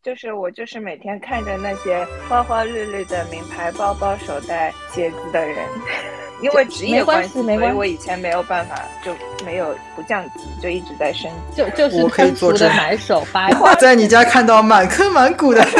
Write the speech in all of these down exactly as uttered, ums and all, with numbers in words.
就是我就是每天看着那些花花绿绿的名牌包包、手袋、鞋子的人，因为职业关系， 没关系，没关系， 所以我以前没有办法，就没有不降级，就一直在升级。 就就是我可以通俗的作证， 买手八我在你家看到满坑满谷的，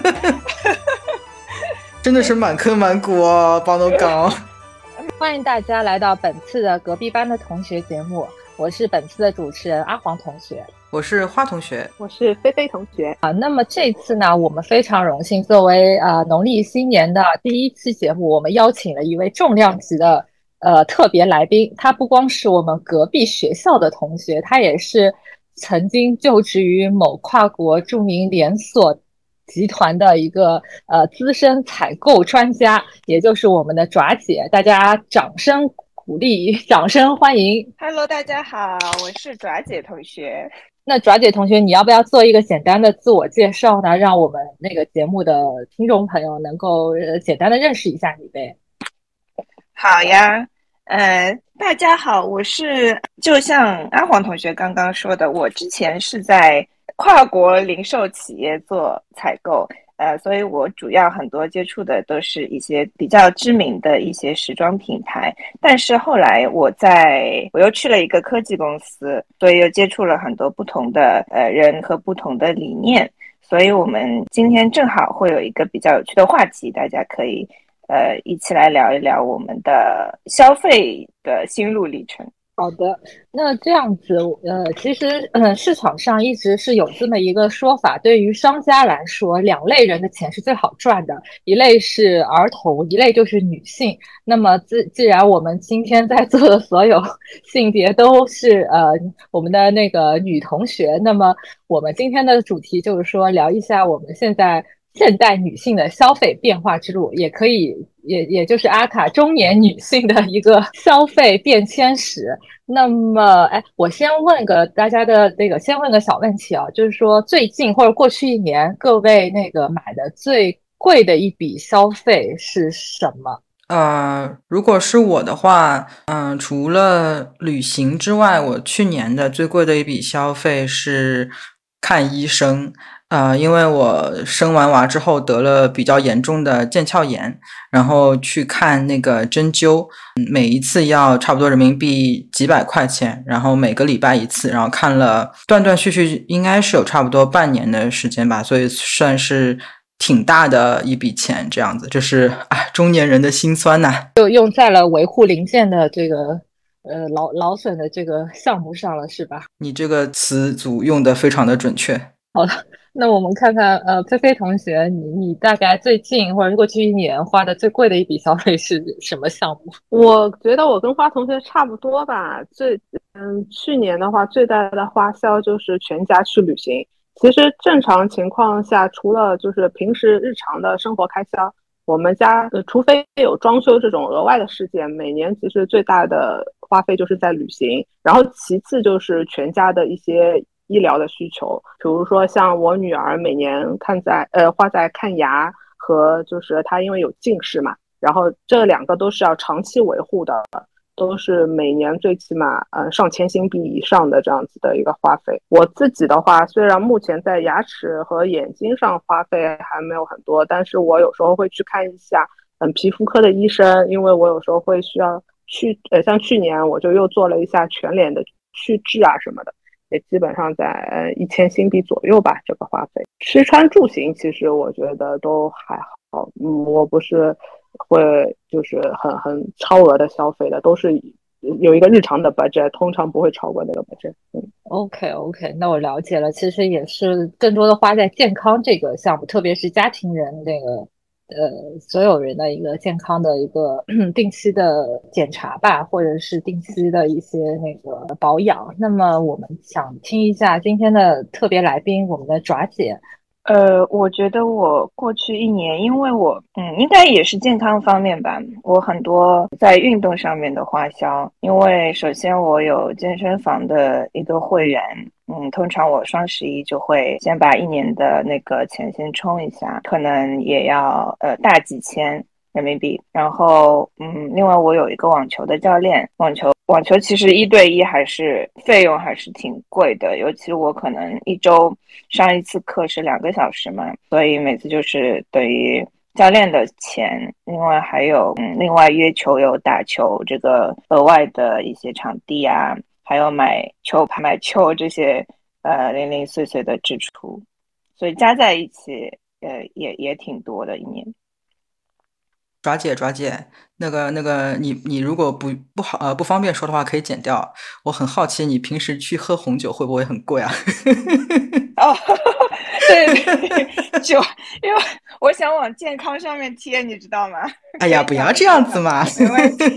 真的是满坑满谷哦，帮都讲。 欢迎大家来到本次的隔壁班的同学节目，我是本次的主持人阿黄同学。 我是花同学， 我是菲菲同学啊。那么这次呢，我们非常荣幸，作为呃农历新年的第一期节目，我们邀请了一位重量级的呃特别来宾。他不光是我们隔壁学校的同学，他也是曾经就职于某跨国著名连锁集团的一个呃资深采购专家，也就是我们的爪姐。大家掌声鼓励，掌声欢迎。 Hello， 大家好，我是爪姐同学。 那爪姐同学，你要不要做一个简单的自我介绍呢？让我们那个节目的听众朋友能够呃简单的认识一下你呗。 好呀，呃，大家好，我是就像阿黄同学刚刚说的，我之前是在跨国零售企业做采购，呃，所以我主要很多接触的都是一些比较知名的一些时装品牌。但是后来我在我又去了一个科技公司，所以又接触了很多不同的呃人和不同的理念。所以我们今天正好会有一个比较有趣的话题，大家可以呃一起来聊一聊我们的消费的心路历程。 好的，那这样子，呃，其实，呃，市场上一直是有这么一个说法，对于商家来说，两类人的钱是最好赚的，一类是儿童，一类就是女性。那么自既然我们今天在座的所有性别都是呃我们的那个女同学，那么我们今天的主题就是说聊一下我们现在现代女性的消费变化之路，也可以也也就是阿卡中年女性的一个消费变迁史。那么，哎，我先问个大家的那个，先问个小问题啊，就是说最近或者过去一年，各位那个买的最贵的一笔消费是什么？ 呃，如果是我的话，嗯、呃，除了旅行之外，我去年的最贵的一笔消费是看医生。呃，因为我生完娃之后得了比较严重的腱鞘炎，然后去看那个针灸，每一次要差不多人民币几百块钱，然后每个礼拜一次，然后看了断断续续，应该是有差不多半年的时间吧，所以算是挺大的一笔钱，这样子，这是哎中年人的辛酸呐、啊。 就用在了维护零件的这个呃劳劳损的这个项目上了，是吧？ 你这个词组用的非常的准确。 好的，那我们看看，呃，菲菲同学，你你大概最近或者过去一年花的最贵的一笔消费是什么项目？ 我觉得我跟花同学差不多吧。最嗯，去年的话，最大的花销就是全家去旅行。其实正常情况下，除了就是平时日常的生活开销，我们家呃，除非有装修这种额外的事件，每年其实最大的花费就是在旅行。然后其次就是全家的一些医疗的需求，比如说像我女儿每年看在呃花在看牙和就是她因为有近视嘛，然后这两个都是要长期维护的，都是每年最起码呃上千新币以上的这样子的一个花费。我自己的话，虽然目前在牙齿和眼睛上花费还没有很多，但是我有时候会去看一下嗯皮肤科的医生，因为我有时候会需要去呃像去年我就又做了一下全脸的去痣啊什么的。也基本上在一千新币左右吧，这个花费。吃穿住行其实我觉得都还好，嗯，我不是会就是很很超额的消费的，都是有一个日常的 budget， 通常不会超过那个 budget。嗯 OK OK，那我了解了，其实也是更多的花在健康这个项目，特别是家庭人那个呃所有人的一个健康的一个定期的检查吧，或者是定期的一些那个保养。那么我们想听一下今天的特别来宾，我们的爪姐。 呃，我觉得我过去一年，因为我嗯，应该也是健康方面吧，我很多在运动上面的花销，因为首先我有健身房的一个会员，嗯，通常我双十一就会先把一年的那个钱先充一下，可能也要呃大几千人民币。然后嗯，另外我有一个网球的教练，网球网球其实一对一还是费用还是挺贵的，尤其我可能一周上一次课是两个小时嘛，所以每次就是等于教练的钱，另外还有嗯，另外约球友打球这个额外的一些场地啊，还有买球拍、买球这些呃零零碎碎的支出，所以加在一起呃也也挺多的一年。 抓姐，抓姐，那个那个，你你如果不不好呃不方便说的话，可以剪掉。我很好奇，你平时去喝红酒会不会很贵啊？ 哦，对对，酒，因为我想往健康上面贴，你知道吗？ 哎呀，不要这样子嘛， 没关系。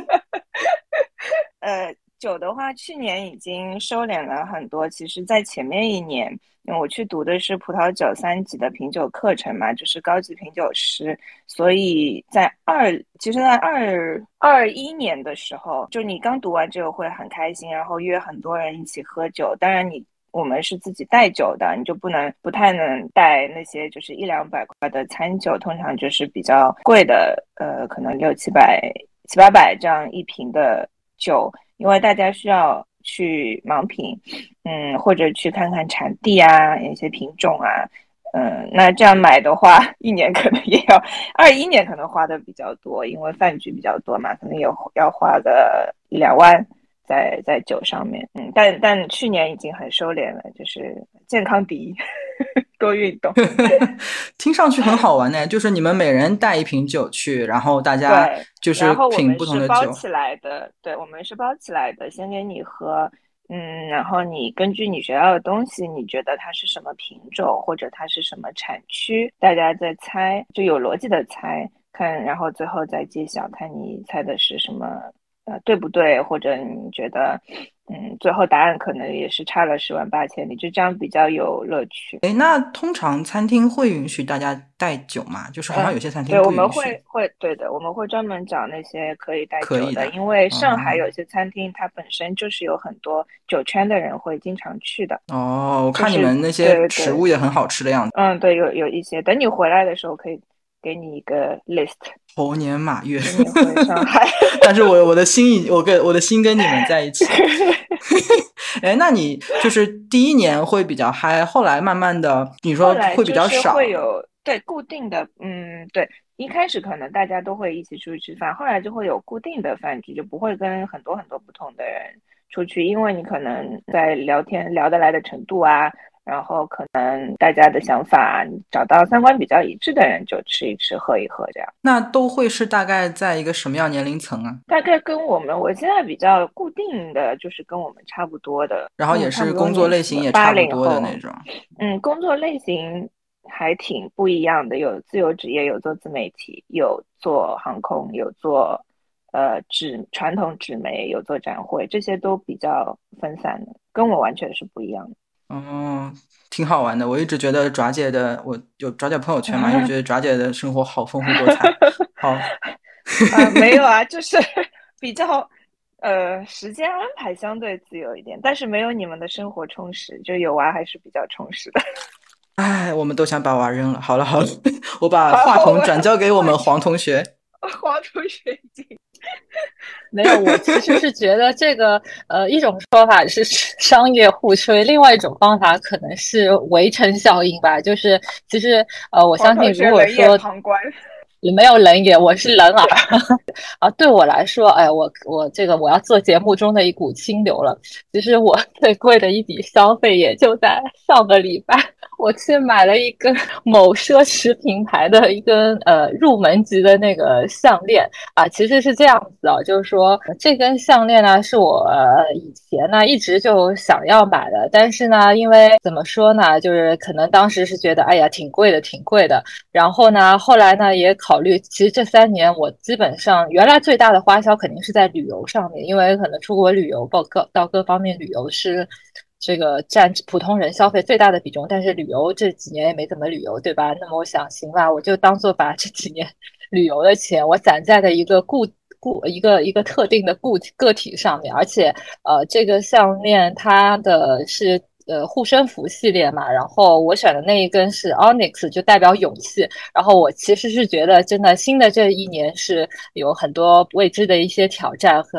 呃，酒的话，去年已经收敛了很多。其实，在前面一年，因为我去读的是葡萄酒三级的品酒课程嘛，就是高级品酒师，所以在二，其实，在二二一年的时候，就你刚读完这个会很开心，然后约很多人一起喝酒。当然你。我们是自己带酒的，你就不能不太能带那些就是一两百块的餐酒，通常就是比较贵的，呃，可能六七百、七八百这样一瓶的酒，因为大家需要去盲品，嗯，或者去看看产地啊，一些品种啊，嗯，那这样买的话，一年可能也要二一年可能花的比较多，因为饭局比较多嘛，可能也要花个一两万。在在酒上面，嗯，但但去年已经很收敛了，就是健康第一，多运动。 听上去很好玩呢，就是你们每人带一瓶酒去，然后大家就是品不同的酒。 然后我们是包起来的，对，我们是包起来的，先给你喝，嗯，然后你根据你学到的东西，你觉得它是什么品种或者它是什么产区，大家再猜，就有逻辑的猜，看，然后最后再揭晓，看你猜的是什么。呃，对不对？或者你觉得，嗯，最后答案可能也是差了十万八千里，就这样比较有乐趣。 哎，那通常餐厅会允许大家带酒吗？就是好像有些餐厅对，我不允许。 们会会对的，我们会专门找那些可以带酒的， 可以的， 因为上海有些餐厅它本身就是有很多酒圈的人会经常去的。 哦，我看你就是们那些食物也很好吃的样子。 嗯，对，有有一些，等你回来的时候可以给你一个 list。 猴年马月， 你回上海， 但是我我的心已我跟我的心跟你们在一起。哎，那你就是第一年会比较嗨，后来慢慢的，你说会比较少， 会有对固定的，嗯，对，一开始可能大家都会一起出去吃饭，后来就会有固定的饭局，就不会跟很多很多不同的人出去，因为你可能在聊天聊得来的程度啊。然后可能大家的想法，找到三观比较一致的人就吃一吃喝一喝这样。 那都会是大概在一个什么样年龄层啊？ 大概跟我们我现在比较固定的就是跟我们差不多的， 然后也是工作类型也差不多的那种。 嗯，工作类型还挺不一样的，有自由职业，有做自媒体，有做航空，有做呃纸传统纸媒，有做展会，这些都比较分散的，跟我完全是不一样的。 哦，挺好玩的。我一直觉得爪姐的，我有爪姐朋友圈嘛，一直觉得爪姐的生活好丰富多彩。好， 啊，没有啊，就是比较呃时间安排相对自由一点，但是没有你们的生活充实，就有娃还是比较充实的。 哎，我们都想把娃扔了。好了好了，我把话筒转交给我们黄同学。 黄同学已经。 没有，我其实是觉得这个，呃，一种说法是商业互吹，另外一种方法可能是围城效应吧。就是其实，呃，我相信如果说旁观， 也没有冷眼，我是冷耳啊。对我来说，哎，我我这个我要做节目中的一股清流了。其实我最贵的一笔消费也就在上个礼拜。我去买了一根某奢侈品牌的一根呃入门级的那个项链啊，其实是这样子啊，就是说这根项链呢是我、呃、以前呢一直就想要买的，但是呢，因为怎么说呢，就是可能当时是觉得哎呀挺贵的，挺贵的，然后呢，后来呢也考虑，其实这三年我基本上原来最大的花销肯定是在旅游上面，因为可能出国旅游到各到各方面旅游是。这个占普通人消费最大的比重，但是旅游这几年也没怎么旅游，对吧？那么我想，行吧，我就当做把这几年旅游的钱，我攒在了一个固固一个一个特定的固个体上面，而且呃，这个项链它的是。呃，护身符系列嘛，然后我选的那一根是 Onyx， 就代表勇气。然后我其实是觉得，真的新的这一年是有很多未知的一些挑战和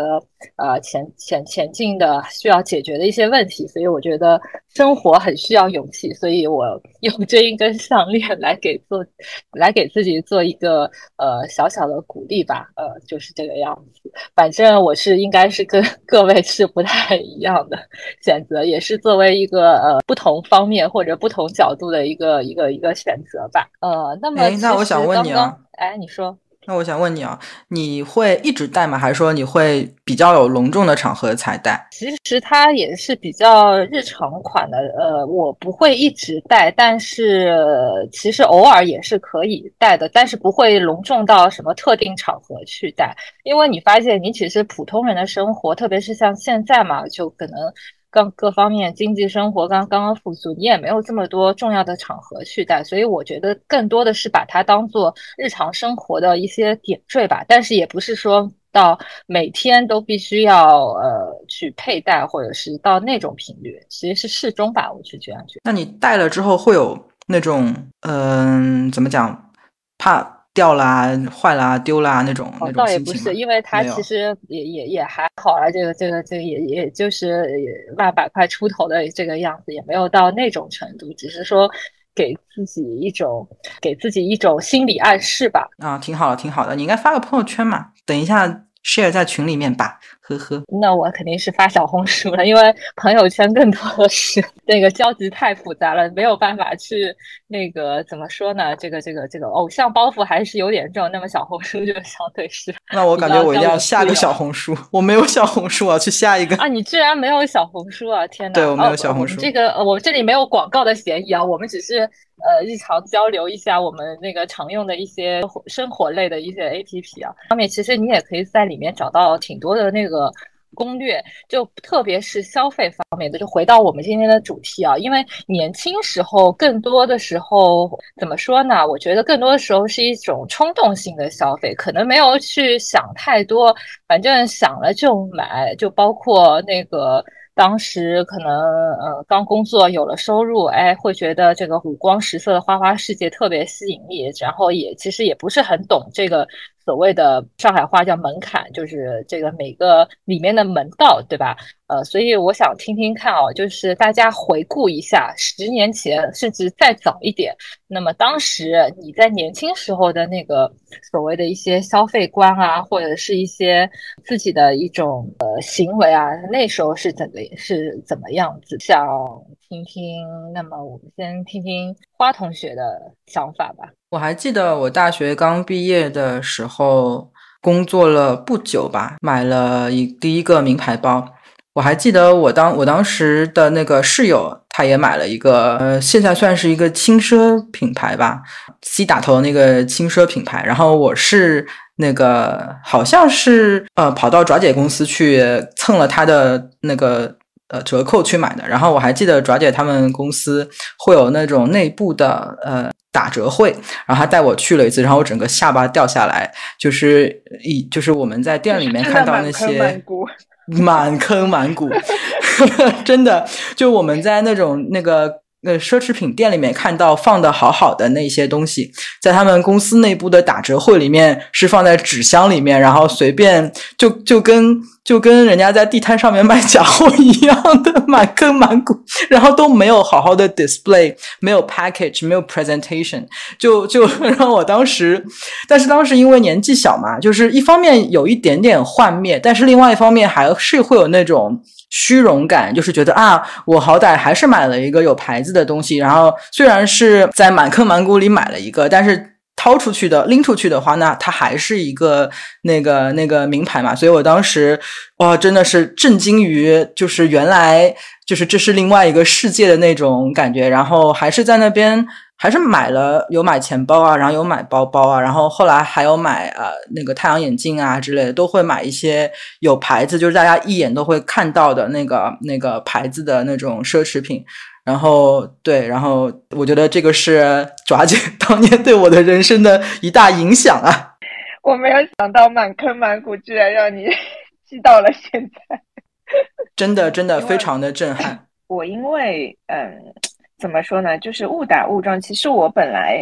呃前前前进的需要解决的一些问题，所以我觉得生活很需要勇气，所以我用这一根项链来给做来给自己做一个呃小小的鼓励吧，呃就是这个样子。反正我是应该是跟各位是不太一样的选择，也是作为一个呃不同方面或者不同角度的一个一个一个选择吧。呃，那么哎， 其那我想实刚刚问你啊， 哎，你说。 那我想问你啊，你会一直戴吗？还是说你会比较有隆重的场合才戴？ 其实它也是比较日常款的，呃，我不会一直戴，但是呃其实偶尔也是可以戴的，但是不会隆重到什么特定场合去戴，因为你发现你其实普通人的生活，特别是像现在嘛，就可能各各方面经济生活刚刚刚复苏，你也没有这么多重要的场合去戴，所以我觉得更多的是把它当做日常生活的一些点缀吧，但是也不是说到每天都必须要呃去佩戴，或者是到那种频率，其实是适中吧，我是这样觉得。 那你戴了之后会有那种嗯、呃怎么讲，怕掉啦、坏啦、丢啦那种哦， 那种倒也不是， 心情吗？ 因为它没有。 其实也也也还好啦，这个这个这个也也就是万把块出头的这个样子，也没有到那种程度，只是说给自己一种给自己一种心理暗示吧。 啊，挺好的，挺好的。你应该发个朋友圈嘛，等一下 share 在群里面吧，呵呵。 那我肯定是发小红书了，因为朋友圈更多的是那个交集太复杂了，没有办法去那个怎么说呢？这个这个这个偶像包袱还是有点重。那么小红书就相对是那我比感觉我一定要较交友下个自由小红书，我没有小红书，我要去下一个。 啊。你居然没有小红书啊！天对， 呐， 我没有哦，呃我们小红书。 这个呃，我们这里没有广告的嫌疑啊，我们只是呃日常交流一下我们那个常用的一些生活类的一些 A P P 啊。方面其实你也可以在里面找到挺多的那个攻略，就特别是消费方面的。就回到我们今天的主题啊，因为年轻时候更多的时候怎么说呢？我觉得更多的时候是一种冲动性的消费，可能没有去想太多，反正想了就买，就包括那个。当时可能呃刚工作有了收入，哎，会觉得这个五光十色的花花世界特别吸引力，然后也其实也不是很懂这个所谓的上海话叫门槛，就是这个每个里面的门道，对吧？呃，所以我想听听看哦，就是大家回顾一下十年前，甚至再早一点，那么当时你在年轻时候的那个所谓的一些消费观啊，或者是一些自己的一种呃行为啊，那时候是怎个是怎么样子？想听听，那么我们先听听花同学的想法吧。 我还记得我大学刚毕业的时候，工作了不久吧，买了一第一个名牌包。我还记得我当我当时的那个室友，他也买了一个，呃，现在算是一个轻奢品牌吧，C 打头的那个轻奢品牌。然后我是那个好像是呃跑到爪姐公司去蹭了他的那个呃折扣去买的。然后我还记得爪姐他们公司会有那种内部的呃打折会，然后他带我去了一次，然后我整个下巴掉下来，就是一就是我们在店里面看到那些。满坑满谷，真的，就我们在那种那个呃奢侈品店里面看到放的好好的那些东西，在他们公司内部的打折会里面是放在纸箱里面，然后随便就就跟就跟人家在地摊上面卖假货一样的满坑满谷，然后都没有好好的 display， 没有 package， 没有 presentation， 就就让我当时，但是当时因为年纪小嘛，就是一方面有一点点幻灭，但是另外一方面还是会有那种虚荣感，就是觉得啊，我好歹还是买了一个有牌子的东西，然后虽然是在满坑满谷里买了一个，但是掏出去的拎出去的话，那它还是一个那个那个名牌嘛，所以我当时哇真的是震惊于就是原来就是这是另外一个世界的那种感觉，然后还是在那边还是买了有买钱包啊，然后有买包包啊，然后后来还有买呃那个太阳眼镜啊之类的，都会买一些有牌子，就是大家一眼都会看到的那个那个牌子的那种奢侈品。然后对，然后我觉得这个是爪姐当年对我的人生的一大影响啊。 我没有想到满坑满谷居然让你记到了现在， 真的真的非常的震撼。 我因为嗯怎么说呢，就是误打误撞，其实我本来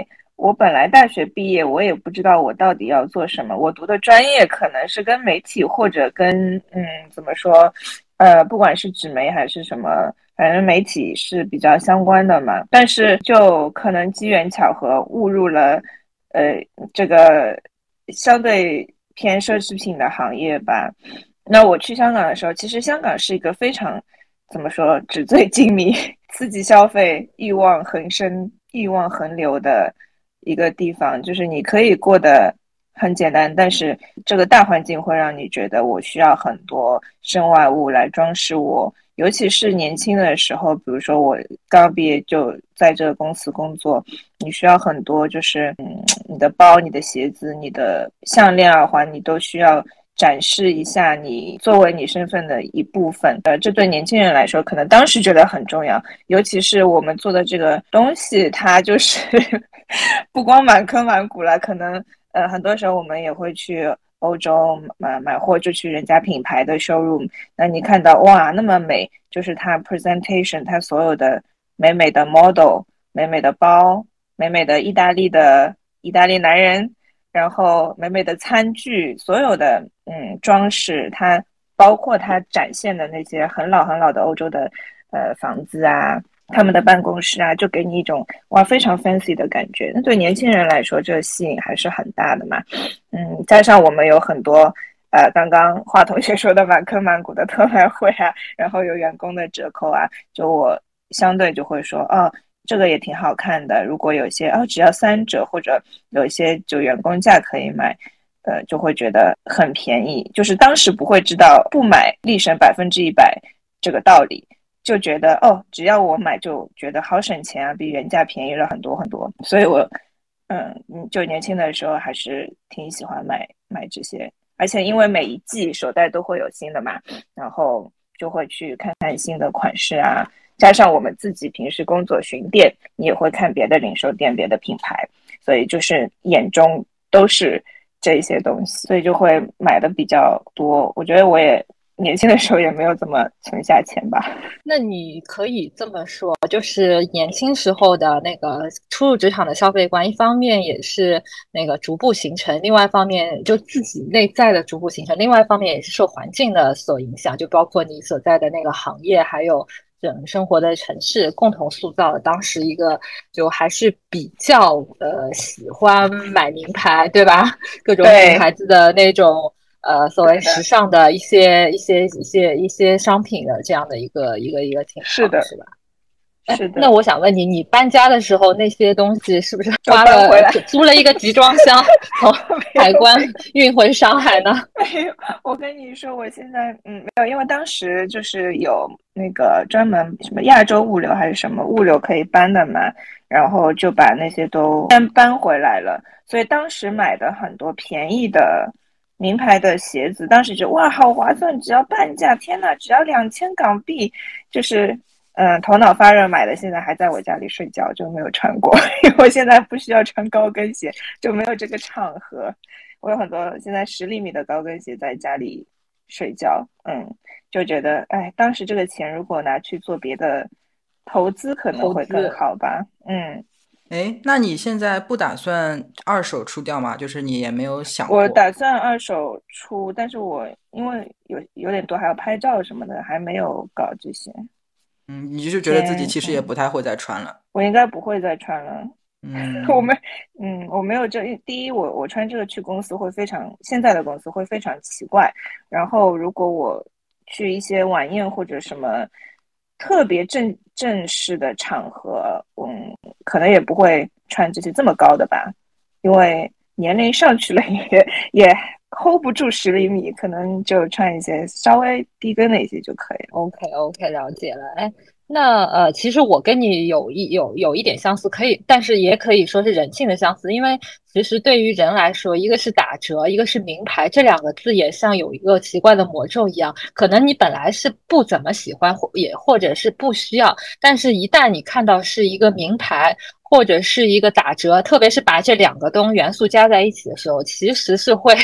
我本来大学毕业，我也不知道我到底要做什么。我读的专业可能是跟媒体或者跟嗯怎么说，呃，不管是纸媒还是什么，反正媒体是比较相关的嘛。但是就可能机缘巧合误入了呃这个相对偏奢侈品的行业吧。那我去香港的时候，其实香港是一个非常怎么说纸醉金迷、刺激消费、欲望横生、欲望横流的一个地方。就是你可以过得很简单，但是这个大环境会让你觉得我需要很多身外物来装饰我。尤其是年轻的时候，比如说我刚毕业就在这个公司工作，你需要很多，就是嗯，你的包、你的鞋子、你的项链、耳环，你都需要展示一下你作为你身份的一部分。呃，这对年轻人来说，可能当时觉得很重要，尤其是我们做的这个东西，它就是不光满坑满谷了，可能呃很多时候我们也会去欧洲买买货，就去人家品牌的 showroom。那你看到哇，那么美，就是它 presentation，它所有的美美的 model，美美的包，美美的意大利的意大利男人。然后美美的餐具，所有的嗯装饰，它包括它展现的那些很老很老的欧洲的呃房子啊，他们的办公室啊，就给你一种哇非常 fancy 的感觉。那对年轻人来说，这个吸引还是很大的嘛。嗯，加上我们有很多呃刚刚华同学说的满坑满谷的特卖会啊，然后有员工的折扣啊，就我相对就会说哦。这个也挺好看的，如果有些哦只要三折，或者有一些就员工价可以买，呃就会觉得很便宜。就是当时不会知道不买立省百分之一百这个道理，就觉得哦只要我买就觉得好省钱啊，比原价便宜了很多很多。所以我嗯就年轻的时候还是挺喜欢买买这些，而且因为每一季手袋都会有新的嘛，然后就会去看看新的款式啊。加上我们自己平时工作巡店，你也会看别的零售店、别的品牌，所以就是眼中都是这些东西，所以就会买的比较多。我觉得我也年轻的时候也没有怎么存下钱吧。 那你可以这么说，就是年轻时候的那个初入职场的消费观，一方面也是那个逐步形成，另外一方面就自己内在的逐步形成，另外一方面也是受环境的所影响，就包括你所在的那个行业，还有整生活的城市，共同塑造了当时一个就还是比较呃喜欢买名牌，对吧？各种品牌子的那种。呃，所谓时尚的一些一些一些一些商品的这样的一个一个一个情况， 是的， 是吧？ 是的。 那我想问你，你搬家的时候那些东西是不是花了租了一个集装箱从海关运回上海呢？ 没有，我跟你说，我现在嗯没有，因为当时就是有那个专门什么亚洲物流还是什么物流可以搬的嘛，然后就把那些都先搬回来了，所以当时买的很多便宜的。名牌的鞋子，当时就哇好划算，只要半价，天哪，只要两千港币，就是嗯头脑发热买的，现在还在我家里睡觉，就没有穿过，因为我现在不需要穿高跟鞋，就没有这个场合。我有很多现在十厘米的高跟鞋在家里睡觉，嗯，就觉得哎，当时这个钱如果拿去做别的投资，可能会更好吧，嗯。 哎，那你现在不打算二手出掉吗？就是你也没有想过。 我打算二手出，但是我因为有有点多，还要拍照什么的，还没有搞这些。 嗯，你就觉得自己其实也不太会再穿了。嗯、 我应该不会再穿了。 嗯， 我们嗯，我没有这第一，我我穿这个去公司会非常，现在的公司会非常奇怪。然后如果我去一些晚宴或者什么特别正正式的场合，嗯，可能也不会穿这些这么高的吧，因为年龄上去了也也 hold 不住十厘米，可能就穿一些稍微低跟的一些就可以了。 OK OK，了解了。哎，那呃，其实我跟你有一有有一点相似，可以，但是也可以说是人性的相似，因为其实对于人来说，一个是打折，一个是名牌，这两个字也像有一个奇怪的魔咒一样，可能你本来是不怎么喜欢，或也或者是不需要，但是一旦你看到是一个名牌或者是一个打折，特别是把这两个东元素加在一起的时候，其实是会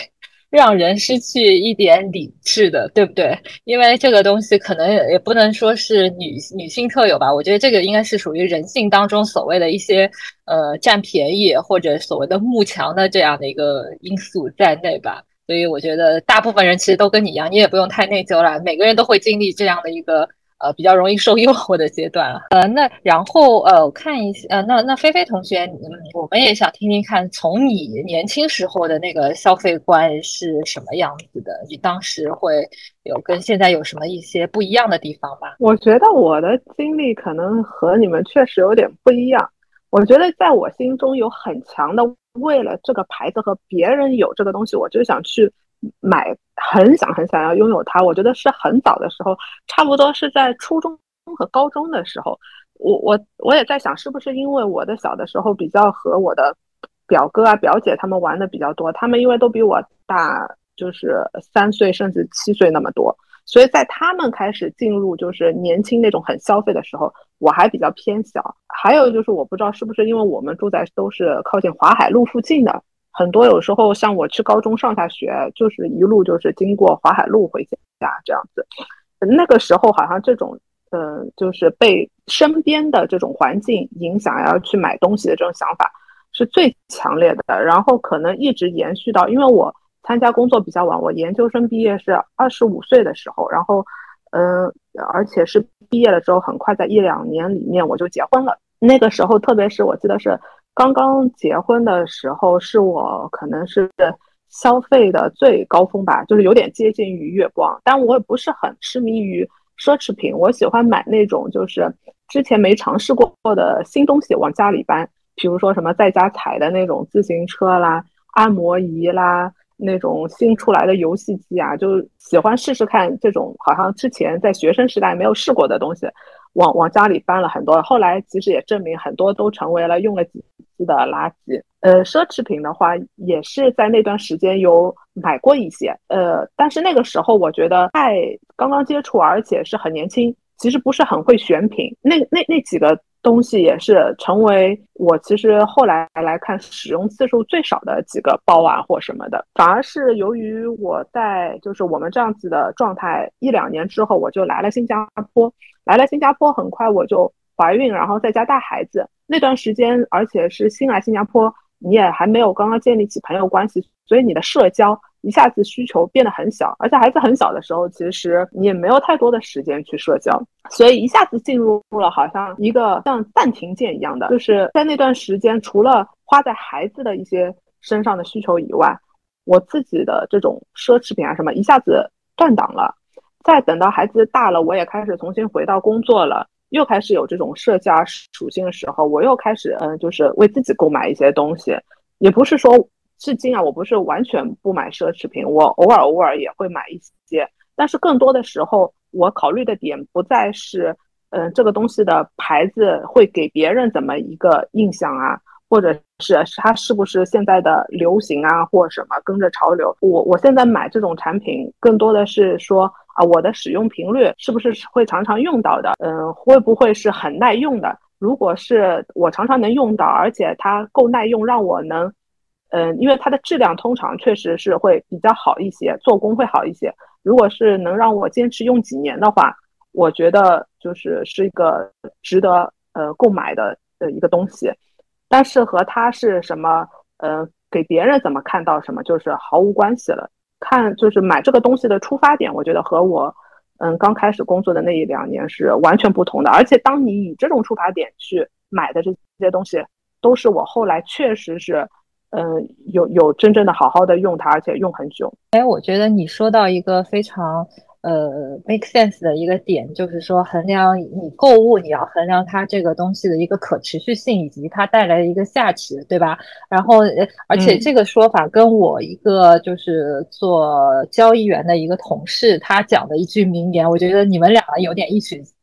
让人失去一点理智的，对不对？因为这个东西可能也也不能说是女女性特有吧，我觉得这个应该是属于人性当中所谓的一些呃占便宜或者所谓的慕强的这样的一个因素在内吧。所以我觉得大部分人其实都跟你一样，你也不用太内疚了，每个人都会经历这样的一个呃比较容易受诱惑的阶段了。呃，那然后呃，我看一下，呃，那那菲菲同学，嗯，我们也想听听看，从你年轻时候的那个消费观是什么样子的？你当时会有跟现在有什么一些不一样的地方吗？ 我觉得我的经历可能和你们确实有点不一样。我觉得在我心中有很强的，为了这个牌子和别人有这个东西，我就想去买，很想很想要拥有它。我觉得是很早的时候，差不多是在初中和高中的时候，我我我也在想，是不是因为我的小的时候比较和我的表哥啊表姐他们玩的比较多，他们因为都比我大，就是三岁甚至七岁那么多。所以在他们开始进入就是年轻那种很消费的时候，我还比较偏小。还有就是我不知道是不是因为我们住在都是靠近华海路附近的，很多有时候像我去高中上下学，就是一路就是经过华海路回家这样子。那个时候好像这种呃，就是被身边的这种环境影响要去买东西的这种想法是最强烈的。然后可能一直延续到，因为我参加工作比较晚，我研究生毕业是二十五岁的时候，然后嗯、呃，而且是毕业了之后，很快在一两年里面我就结婚了。那个时候，特别是我记得是刚刚结婚的时候，是我可能是消费的最高峰吧，就是有点接近于月光。但我也不是很痴迷于奢侈品，我喜欢买那种就是之前没尝试过的新东西往家里搬，比如说什么在家踩的那种自行车啦、按摩仪啦。那种新出来的游戏机啊，就喜欢试试看这种好像之前在学生时代没有试过的东西，往往家里搬了很多。后来其实也证明很多都成为了用了几次的垃圾。呃，奢侈品的话，也是在那段时间有买过一些，呃，但是那个时候我觉得太刚刚接触，而且是很年轻，其实不是很会选品。那那那几个东西也是成为我其实后来来看使用次数最少的几个包啊或什么的。反而是由于我在就是我们这样子的状态一两年之后，我就来了新加坡，来了新加坡，很快我就怀孕，然后在家带孩子。那段时间，而且是新来新加坡，你也还没有刚刚建立起朋友关系，所以你的社交一下子需求变得很小，而且孩子很小的时候，其实你也没有太多的时间去社交，所以一下子进入了好像一个像暂停键一样的，就是在那段时间，除了花在孩子的一些身上的需求以外，我自己的这种奢侈品啊什么一下子断档了。再等到孩子大了，我也开始重新回到工作了。又开始有这种社交属性的时候，我又开始嗯，就是为自己购买一些东西，也不是说至今啊，我不是完全不买奢侈品，我偶尔偶尔也会买一些，但是更多的时候，我考虑的点不再是嗯、呃、这个东西的牌子会给别人怎么一个印象啊，或者是它是不是现在的流行啊，或什么跟着潮流。我我现在买这种产品，更多的是说啊，我的使用频率是不是会常常用到的？嗯，会不会是很耐用的？如果是我常常能用到，而且它够耐用，让我能，嗯，因为它的质量通常确实是会比较好一些，做工会好一些。如果是能让我坚持用几年的话，我觉得就是是一个值得呃购买的的一个东西。但是和它是什么，呃，给别人怎么看到什么，就是毫无关系了。看就是买这个东西的出发点，我觉得和我嗯刚开始工作的那一两年是完全不同的。而且当你以这种出发点去买的这些东西，都是我后来确实是嗯有有真正的好好的用它，而且用很久。 哎，我觉得你说到一个非常呃 make sense 的一个点，就是说衡量你购物，你要衡量它这个东西的一个可持续性以及它带来的一个价值，对吧？然后，呃而且这个说法跟我一个就是做交易员的一个同事他讲的一句名言，我觉得你们俩有点异曲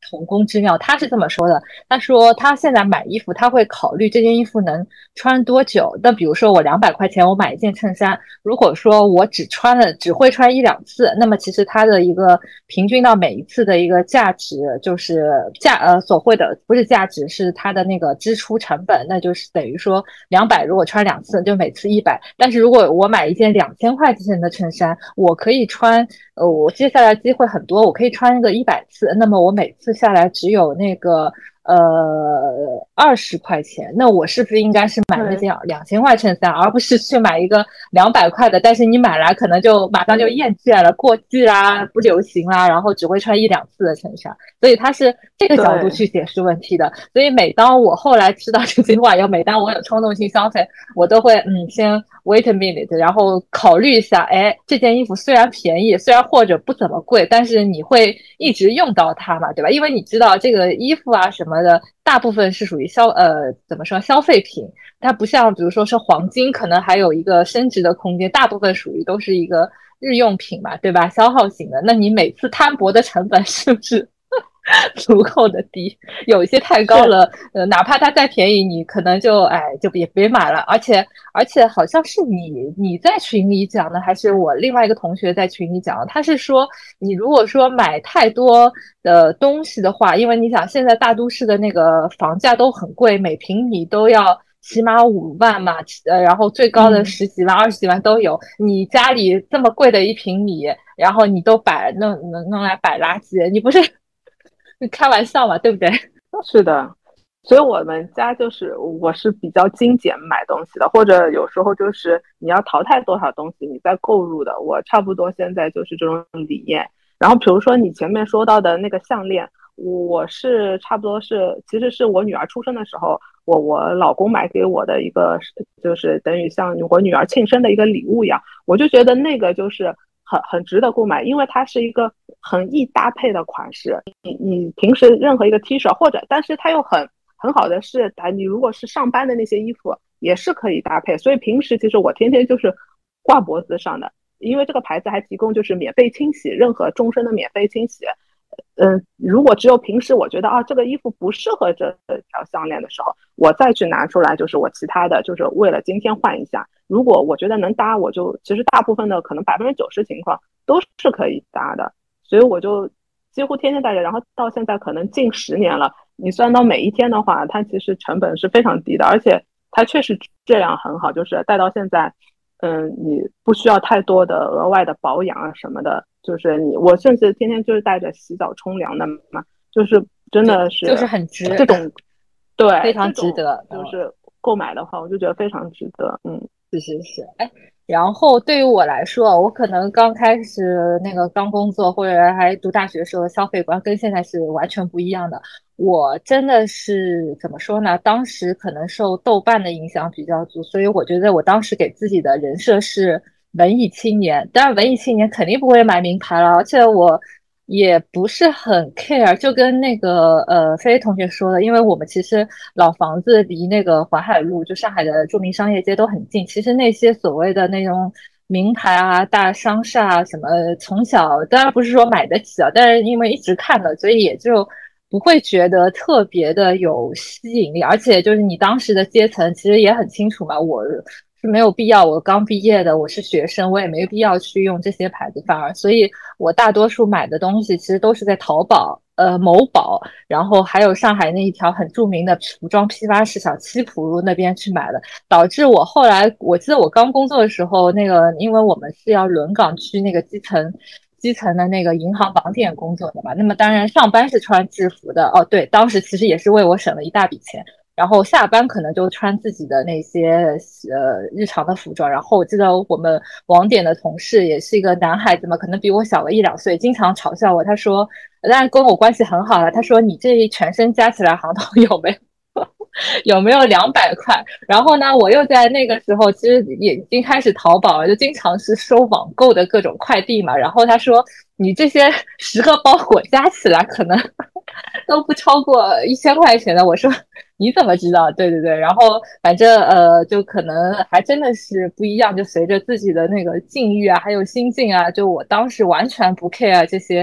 同工之妙。他是这么说的，他说他现在买衣服，他会考虑这件衣服能穿多久。那比如说我两百块钱我买一件衬衫，如果说我只穿了只会穿一两次，那么其实它的一个平均到每一次的一个价值，就是价呃所会的不是价值，是它的那个支出成本，那就是等于说两百如果穿两次就每次一百。但是如果我买一件两千块钱的衬衫，我可以穿呃我接下来机会很多，我可以穿个一百次，那么我每次下来只有那个呃二十块钱，那我是不是应该是买那件两千块衬衫，而不是去买一个两百块的？但是你买来可能就马上就厌倦了，过季啦，不流行啦，然后只会穿一两次的衬衫。所以他是这个角度去解释问题的。所以每当我后来知道这句话以后，每当我有冲动性消费，我都会嗯先 wait a minute， 然后考虑一下，哎，这件衣服虽然便宜，虽然或者不怎么贵，但是你会一直用到它嘛，对吧？因为你知道这个衣服啊什么的，大部分是属于消呃怎么说消费品，它不像比如说是黄金，可能还有一个升值的空间，大部分属于都是一个日用品嘛，对吧？消耗型的，那你每次摊薄的成本是不是足够的低？有一些太高了，呃，哪怕它再便宜，你可能就哎就也别买了。而且而且好像是你你在群里讲的，还是我另外一个同学在群里讲的？他是说，你如果说买太多的东西的话，因为你想现在大都市的那个房价都很贵，每平米都要起码五万嘛，呃，然后最高的十几万、二十几万都有。你家里这么贵的一平米，然后你都摆弄弄弄来摆垃圾，你不是开玩笑嘛，对不对？ 是的，所以我们家就是我是比较精简买东西的，或者有时候就是你要淘汰多少东西，你再购入的。我差不多现在就是这种理念。然后比如说你前面说到的那个项链，我是差不多是，其实是我女儿出生的时候，我我老公买给我的一个，就是等于像我女儿庆生的一个礼物一样，我就觉得那个就是很很值得购买，因为它是一个很易搭配的款式。你你平时任何一个 T 恤或者，但是它又很很好的是，你如果是上班的那些衣服也是可以搭配。所以平时其实我天天就是挂脖子上的，因为这个牌子还提供就是免费清洗，任何终身的免费清洗。嗯，如果只有平时我觉得啊这个衣服不适合这条项链的时候，我再去拿出来，就是我其他的就是为了今天换一下。如果我觉得能搭，我就其实大部分的可能百分之九十情况都是可以搭的，所以我就几乎天天戴着。然后到现在可能近十年了，你算到每一天的话，它其实成本是非常低的，而且它确实质量很好，就是戴到现在，嗯，你不需要太多的额外的保养啊什么的。就是你，我甚至天天就是带着洗澡冲凉的嘛，就是真的是就是很值这种，对， 非常值得。 就是购买的话，我就觉得非常值得。嗯， 是是是，哎，然后对于我来说，我可能刚开始那个刚工作或者还读大学的时候的消费观跟现在是完全不一样的。我真的是怎么说呢？当时可能受豆瓣的影响比较足，所以我觉得我当时给自己的人设是文艺青年。当然，文艺青年肯定不会买名牌了，而且我也不是很 care。就跟那个呃菲菲同学说的，因为我们其实老房子离那个淮海路，就上海的著名商业街都很近。其实那些所谓的那种名牌啊、大商厦啊什么，从小当然不是说买得起啊，但是因为一直看了，所以也就不会觉得特别的有吸引力。而且就是你当时的阶层其实也很清楚嘛，我是没有必要，我刚毕业的，我是学生，我也没必要去用这些牌子，反而所以我大多数买的东西其实都是在淘宝、呃某宝，然后还有上海那一条很著名的服装批发市场七浦路那边去买的，导致我后来我记得我刚工作的时候，那个因为我们是要轮岗去那个基层。基层的那个银行网点工作的嘛，那么当然上班是穿制服的哦，对，当时其实也是为我省了一大笔钱。然后下班可能就穿自己的那些呃日常的服装。然后我记得我们网点的同事也是一个男孩子嘛，可能比我小个一两岁，经常嘲笑我。他说，当然跟我关系很好了。他说你这一全身加起来行头有没有？有没有两百块？然后呢，我又在那个时候其实也已经开始淘宝了，就经常是收网购的各种快递嘛。然后他说，你这些十个包裹加起来可能都不超过一千块钱的。我说你怎么知道？对对对，然后反正呃，就可能还真的是不一样，就随着自己的那个境遇啊，还有心境啊，就我当时完全不 care 这些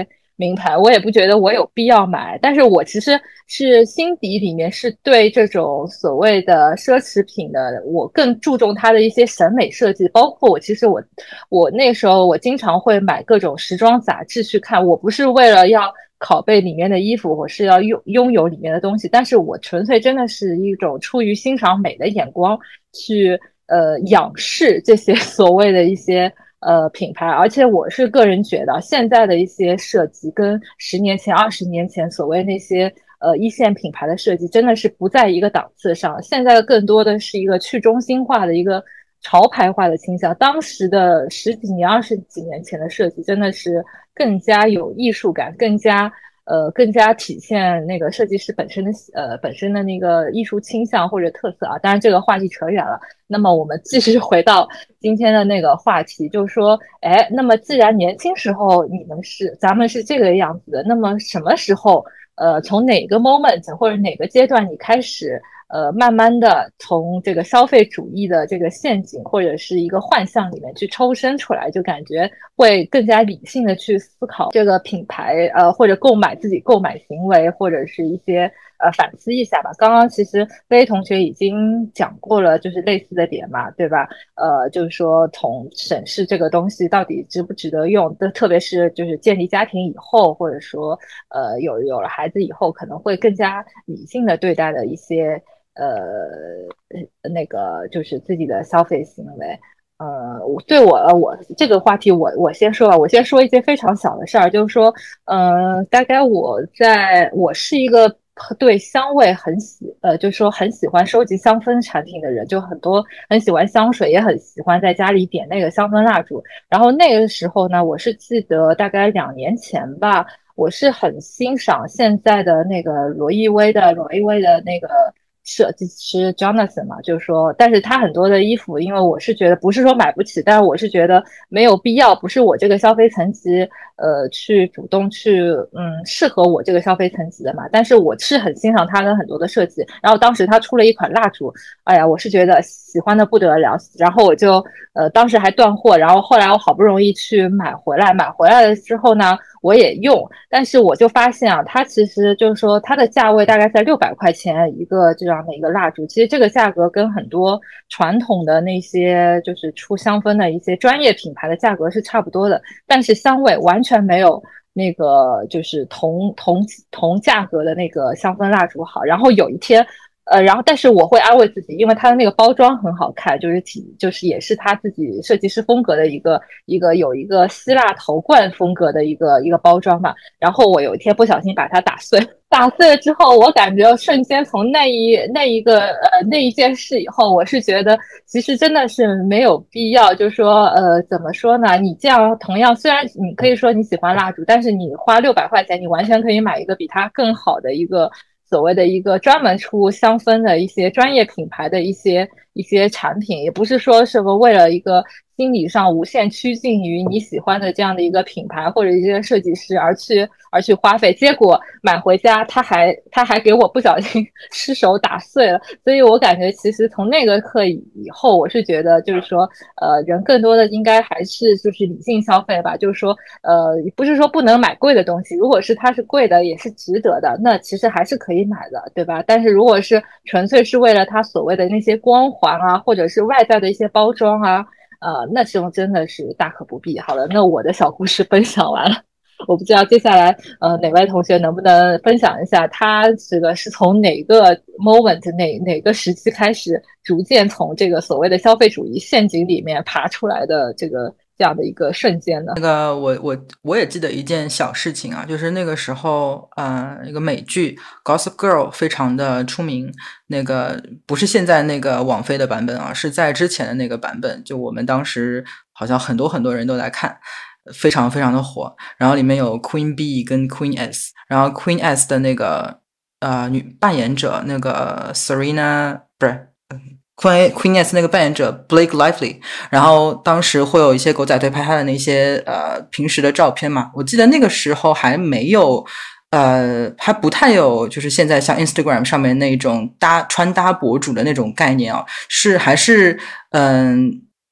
名牌，我也不觉得我有必要买。但是我其实是心底里面是对这种所谓的奢侈品的，我更注重它的一些审美设计。包括我其实我我那时候我经常会买各种时装杂志去看，我不是为了要拷贝里面的衣服，我是要拥拥有里面的东西，但是我纯粹真的是一种出于欣赏美的眼光去呃仰视这些所谓的一些呃品牌。而且我是个人觉得现在的一些设计跟十年前二十年前所谓那些呃一线品牌的设计真的是不在一个档次上，现在更多的是一个去中心化的一个潮牌化的倾向。当时的十几年二十几年前的设计真的是更加有艺术感，更加呃更加体现那个设计师本身的呃本身的那个艺术倾向或者特色啊。当然这个话题扯远了，那么我们继续回到今天的那个话题，就是说哎，那么既然年轻时候你们是咱们是这个样子的，那么什么时候呃从哪个 moment 或者哪个阶段你开始呃，慢慢的从这个消费主义的这个陷阱或者是一个幻象里面去抽身出来，就感觉会更加理性的去思考这个品牌呃或者购买自己购买行为或者是一些呃反思一下吧。刚刚其实飞同学已经讲过了，就是类似的点嘛，对吧？呃，就是说从审视这个东西到底值不值得用，特别是就是建立家庭以后，或者说呃有有了孩子以后，可能会更加理性的对待的一些。呃，那个就是自己的消费行为。呃，我对我我这个话题我我先说吧，我先说一件非常小的事儿，就是说，呃，大概我在我是一个对香味很喜呃，就是说很喜欢收集香氛产品的人，就很多很喜欢香水，也很喜欢在家里点那个香氛蜡烛。然后那个时候呢，我是记得大概两年前吧，我是很欣赏现在的那个罗意威的罗意威的那个设计师 Jonathan 嘛，就是说，但是他很多的衣服，因为我是觉得不是说买不起，但是我是觉得没有必要，不是我这个消费层级，呃，去主动去，嗯，适合我这个消费层级的嘛。但是我是很欣赏他的很多的设计，然后当时他出了一款蜡烛，哎呀，我是觉得喜欢的不得了，然后我就，呃，当时还断货，然后后来我好不容易去买回来，买回来了之后呢，我也用，但是我就发现啊，它其实就是说它的价位大概在六百块钱一个这样的一个蜡烛，其实这个价格跟很多传统的那些就是出香氛的一些专业品牌的价格是差不多的，但是香味完全没有那个就是同同同价格的那个香氛蜡烛好。然后有一天。呃，然后但是我会安慰自己，因为它的那个包装很好看，就是体就是也是他自己设计师风格的一个一个有一个希腊头冠风格的一个一个包装嘛。然后我有一天不小心把它打碎，打碎了之后，我感觉瞬间从那一那一个呃那一件事以后，我是觉得其实真的是没有必要，就是说呃怎么说呢？你这样同样虽然你可以说你喜欢蜡烛，但是你花六百块钱，你完全可以买一个比它更好的一个。所谓的一个专门出香氛的一些专业品牌的一些一些产品，也不是说什么为了一个心理上无限趋近于你喜欢的这样的一个品牌或者一些设计师而去而去花费，结果买回家他还他还给我不小心失手打碎了。所以我感觉其实从那个课以后，我是觉得就是说，呃，人更多的应该还是就是理性消费吧，就是说，呃，不是说不能买贵的东西，如果是它是贵的也是值得的，那其实还是可以买的，对吧？但是如果是纯粹是为了它所谓的那些光环啊，或者是外在的一些包装啊，呃，那这种真的是大可不必。好了，那我的小故事分享完了。我不知道接下来呃哪位同学能不能分享一下，他这个是从哪个 moment 哪哪个时期开始，逐渐从这个所谓的消费主义陷阱里面爬出来的这个这样的一个瞬间呢？ 那个我我我也记得一件小事情啊，就是那个时候呃一个美剧 Gossip Girl 非常的出名，那个不是现在那个网飞的版本啊，是在之前的那个版本，就我们当时好像很多很多人都来看。非常非常的火，然后里面有 Queen B 跟 Queen S， 然后 Queen S 的那个呃女扮演者那个 Serena 不是 Queen Queen S 那个扮演者 Blake Lively， 然后当时会有一些狗仔队拍他的那些呃平时的照片嘛，我记得那个时候还没有呃还不太有就是现在像 Instagram 上面那种搭穿搭博主的那种概念啊，是还是嗯。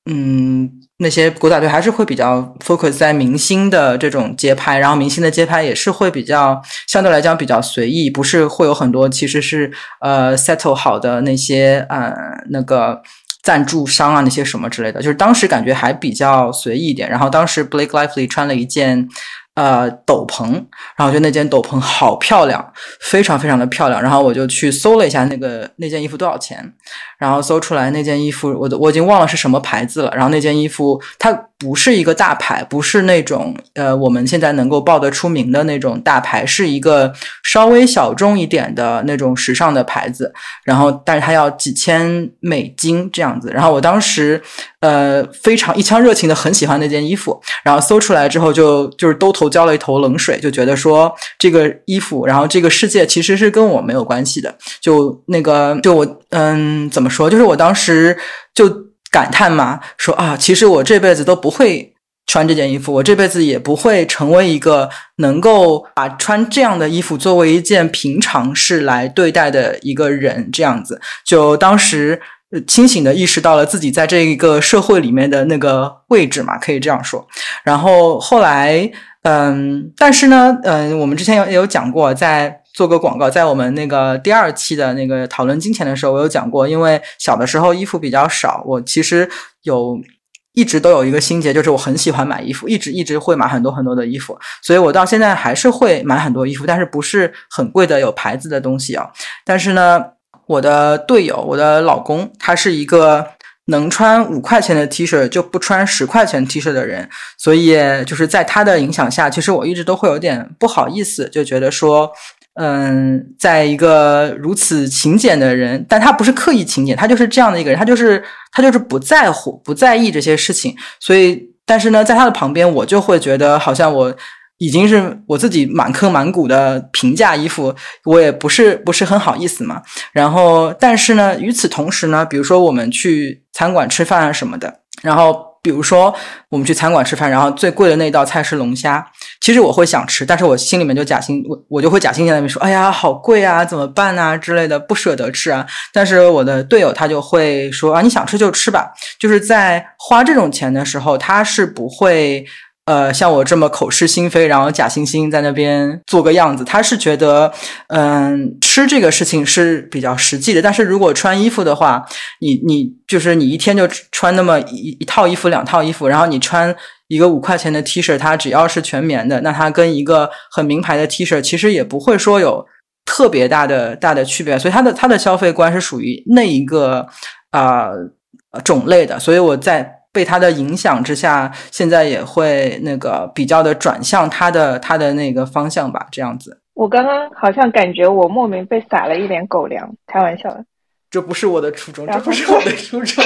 嗯，那些国打队还是会比较 focus 在明星的这种街拍，然后明星的街拍也是会比较相对来讲比较随意，不是会有很多其实是呃 settle 好的那些呃那个赞助商啊那些什么之类的，就是当时感觉还比较随意一点。然后当时 Blake Lively 穿了一件呃斗篷，然后我觉得那件斗篷好漂亮，非常非常的漂亮，然后我就去搜了一下那个那件衣服多少钱，然后搜出来那件衣服我我已经忘了是什么牌子了，然后那件衣服它不是一个大牌，不是那种呃我们现在能够报得出名的那种大牌，是一个稍微小众一点的那种时尚的牌子，然后但是它要几千美金这样子，然后我当时呃非常一腔热情的很喜欢那件衣服，然后搜出来之后就就是兜头浇了一头冷水，就觉得说这个衣服然后这个世界其实是跟我没有关系的，就那个就我嗯怎么说，就是我当时就感叹嘛，说啊其实我这辈子都不会穿这件衣服，我这辈子也不会成为一个能够把穿这样的衣服作为一件平常事来对待的一个人，这样子就当时清醒的意识到了自己在这一个社会里面的那个位置嘛，可以这样说。然后后来嗯，但是呢嗯，我们之前也有讲过，在做个广告，在我们那个第二期的那个讨论金钱的时候我有讲过，因为小的时候衣服比较少，我其实有一直都有一个心结，就是我很喜欢买衣服，一直一直会买很多很多的衣服，所以我到现在还是会买很多衣服，但是不是很贵的有牌子的东西啊。但是呢我的队友我的老公他是一个能穿五块钱的 T 恤就不穿十块钱 T 恤的人，所以就是在他的影响下，其实我一直都会有点不好意思，就觉得说嗯，在一个如此勤俭的人，但他不是刻意勤俭，他就是这样的一个人，他就是他就是不在乎不在意这些事情，所以但是呢在他的旁边我就会觉得好像我已经是我自己满坑满谷的平价衣服，我也不是不是很好意思嘛。然后但是呢与此同时呢，比如说我们去餐馆吃饭啊什么的，然后比如说我们去餐馆吃饭，然后最贵的那道菜是龙虾，其实我会想吃，但是我心里面就假心我我就会假心在那边说哎呀好贵啊怎么办啊之类的，不舍得吃啊。但是我的队友他就会说啊你想吃就吃吧，就是在花这种钱的时候他是不会呃，像我这么口是心非，然后假惺惺在那边做个样子，他是觉得嗯，吃这个事情是比较实际的，但是如果穿衣服的话，你你就是你一天就穿那么一一套衣服两套衣服，然后你穿一个五块钱的 T 恤，它只要是全棉的，那它跟一个很名牌的 T 恤其实也不会说有特别大的大的区别，所以它的它的消费观是属于那一个啊、呃、种类的，所以我在被他的影响之下，现在也会那个比较的转向他的他的那个方向吧，这样子。 我刚刚好像感觉我莫名被撒了一脸狗粮，开玩笑的， 这不是我的初衷，这不是我的初衷。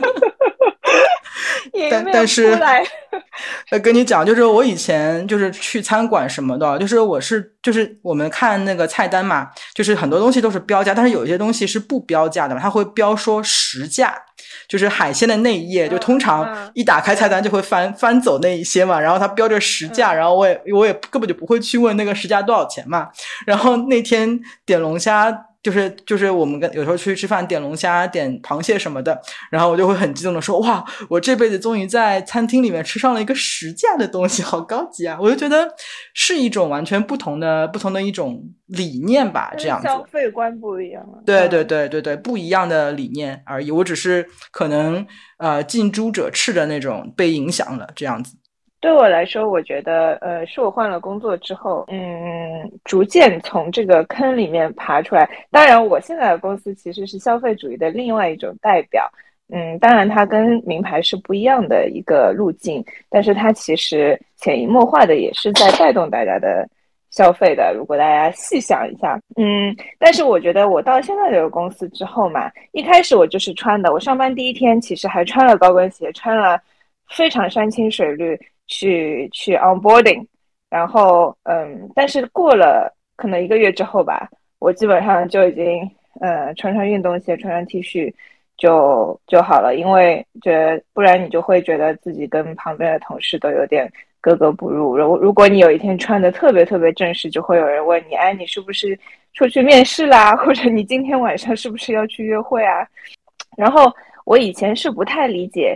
但但是，呃，跟你讲，就是我以前就是去餐馆什么的，就是我是就是我们看那个菜单嘛，就是很多东西都是标价，但是有一些东西是不标价的嘛，它会标说实价。就是海鲜的那一页，就通常一打开菜单就会翻、嗯、翻走那一些嘛，然后它标着实价，嗯、然后我也我也根本就不会去问那个实价多少钱嘛。然后那天点龙虾，就是就是我们跟有时候出去吃饭点龙虾、点螃蟹什么的，然后我就会很激动的说：“哇，我这辈子终于在餐厅里面吃上了一个实价的东西，好高级啊！”我就觉得是一种完全不同的、不同的一种理念吧，这样子。 消费观不一样了。 对对对对对，不一样的理念而已。我只是可能呃近朱者赤的那种被影响了，这样子。 对我来说，我觉得呃，是我换了工作之后，嗯，逐渐从这个坑里面爬出来。当然，我现在的公司其实是消费主义的另外一种代表。嗯，当然它跟名牌是不一样的一个路径，但是它其实潜移默化的也是在带动大家的消费的，如果大家细想一下。嗯，但是我觉得我到现在这个公司之后嘛，一开始我就是穿的，我上班第一天其实还穿了高跟鞋，穿了非常山清水绿去去 onboarding， 然后嗯，但是过了可能一个月之后吧，我基本上就已经呃穿上运动鞋，穿上 T 恤就就好了，因为觉得不然你就会觉得自己跟旁边的同事都有点格格不入。如如果你有一天穿的特别特别正式，就会有人问你，哎，你是不是出去面试啦？或者你今天晚上是不是要去约会啊？然后我以前是不太理解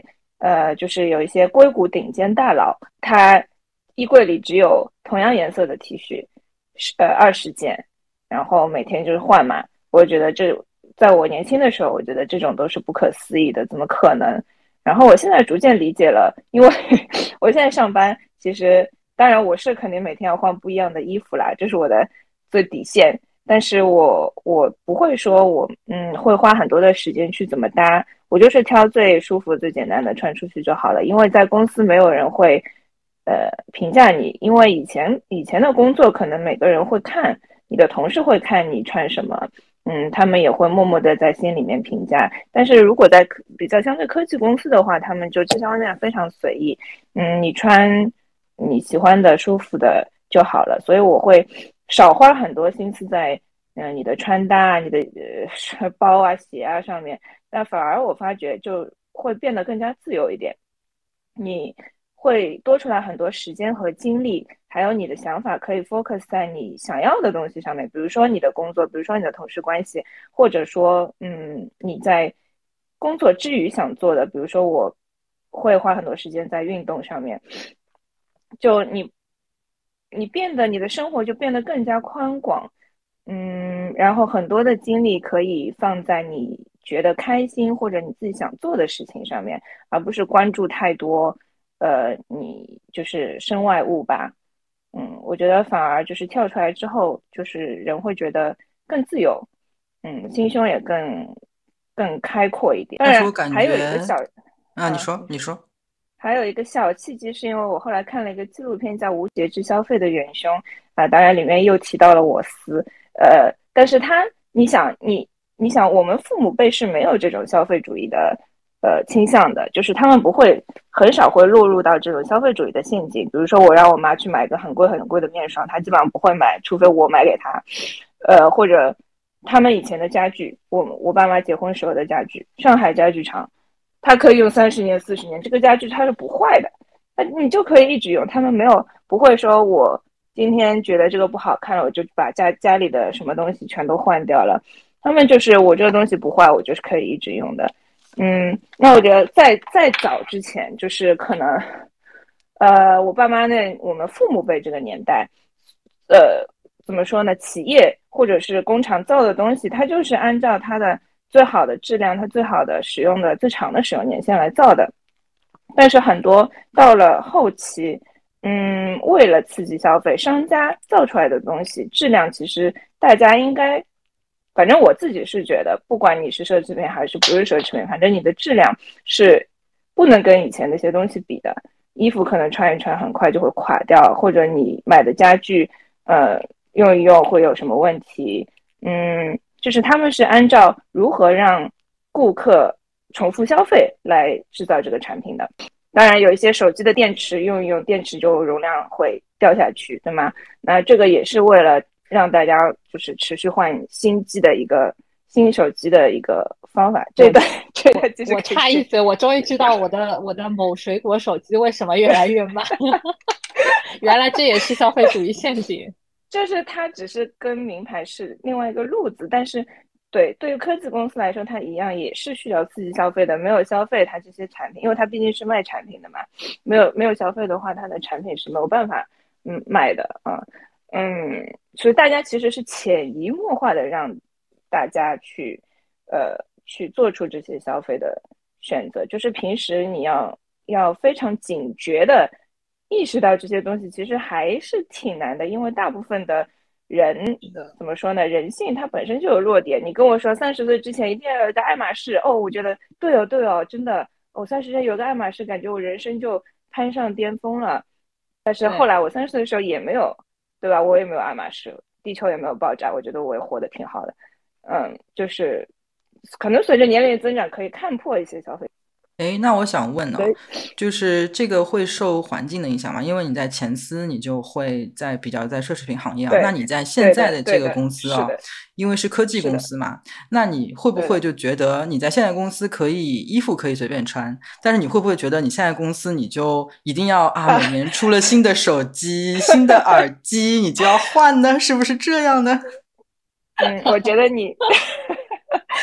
呃，就是有一些硅谷顶尖大佬，他衣柜里只有同样颜色的 T 恤，呃，二十件，然后每天就是换嘛。我觉得这在我年轻的时候，我觉得这种都是不可思议的，怎么可能？然后我现在逐渐理解了，因为我现在上班，其实当然我是肯定每天要换不一样的衣服啦，这是我的最底线。但是我我不会说我嗯会花很多的时间去怎么搭，我就是挑最舒服、最简单的穿出去就好了。因为在公司没有人会呃评价你，因为以前以前的工作可能每个人会看，你的同事会看你穿什么。嗯，他们也会默默的在心里面评价，但是如果在比较相对科技公司的话，他们就这方面非常随意。嗯，你穿你喜欢的、舒服的就好了。所以我会少花很多心思在嗯、呃、你的穿搭、你的呃包啊、鞋啊上面，但反而我发觉就会变得更加自由一点。你会多出来很多时间和精力，还有你的想法可以 focus 在你想要的东西上面，比如说你的工作，比如说你的同事关系，或者说，嗯，你在工作之余想做的，比如说我会花很多时间在运动上面，就你，你变得你的生活就变得更加宽广，嗯，然后很多的精力可以放在你觉得开心或者你自己想做的事情上面，而不是关注太多，呃，你就是身外物吧。嗯，我觉得反而就是跳出来之后，就是人会觉得更自由，嗯，心胸也更更开阔一点。当然， 但是我感还有一个觉小， 啊，你啊， 说你说。 还有一个小契机，是因为我后来看了一个纪录片，叫《无节制消费的元凶》啊，当然里面又提到了我司，呃，但是他，你想，你你想，我们父母辈是没有这种消费主义的呃倾向的，就是他们不会很少会落入到这种消费主义的陷阱。比如说，我让我妈去买个很贵很贵的面霜，她基本上不会买，除非我买给她，呃，或者他们以前的家具，我我爸妈结婚时候的家具，上海家具厂。它可以用三十年、四十年，这个家具它是不坏的，那你就可以一直用。他们没有不会说我今天觉得这个不好看了，我就把家家里的什么东西全都换掉了。他们就是我这个东西不坏，我就是可以一直用的。嗯，那我觉得在在早之前，就是可能，呃，我爸妈那我们父母辈这个年代，呃，怎么说呢？企业或者是工厂造的东西，它就是按照它的最好的质量，它最好的使用的最长的使用年限来造的。但是很多到了后期，嗯，为了刺激消费，商家造出来的东西质量其实大家应该，反正我自己是觉得，不管你是奢侈品还是不是奢侈品，反正你的质量是不能跟以前那些东西比的。衣服可能穿一穿很快就会垮掉，或者你买的家具，呃，用一用会有什么问题？嗯，就是他们是按照如何让顾客重复消费来制造这个产品的。当然，有一些手机的电池用一用，电池就容量会掉下去，对吗？那这个也是为了让大家就是持续换新机的一个新手机的一个方法。这段这段其实我插一嘴，我终于知道我的我的某水果手机为什么越来越慢了。原来这也是消费主义陷阱。 就是它只是跟名牌是另外一个路子，但是对对于科技公司来说，它一样也是需要刺激消费的。没有消费，它这些产品，因为它毕竟是卖产品的嘛，没有没有消费的话，它的产品是没有办法嗯卖的啊。嗯，所以大家其实是潜移默化的让大家去呃去做出这些消费的选择，就是平时你要要非常警觉的意识到这些东西其实还是挺难的，因为大部分的人怎么说呢？人性它本身就有弱点。你跟我说三十岁之前一定要有一个爱马仕，哦，我觉得对哦对哦，真的，我三十岁有个爱马仕，感觉我人生就攀上巅峰了。但是后来我三十岁的时候也没有，对吧？我也没有爱马仕，地球也没有爆炸，我觉得我也活得挺好的。嗯，就是可能随着年龄增长，可以看破一些消费。 哎，那我想问哦，就是这个会受环境的影响吗？因为你在前司，你就会在比较在奢侈品行业啊。那你在现在的这个公司啊，因为是科技公司嘛，那你会不会就觉得你在现在公司可以衣服可以随便穿，但是你会不会觉得你现在公司你就一定要啊，每年出了新的手机、新的耳机，你就要换呢？是不是这样呢？ 嗯，我觉得你。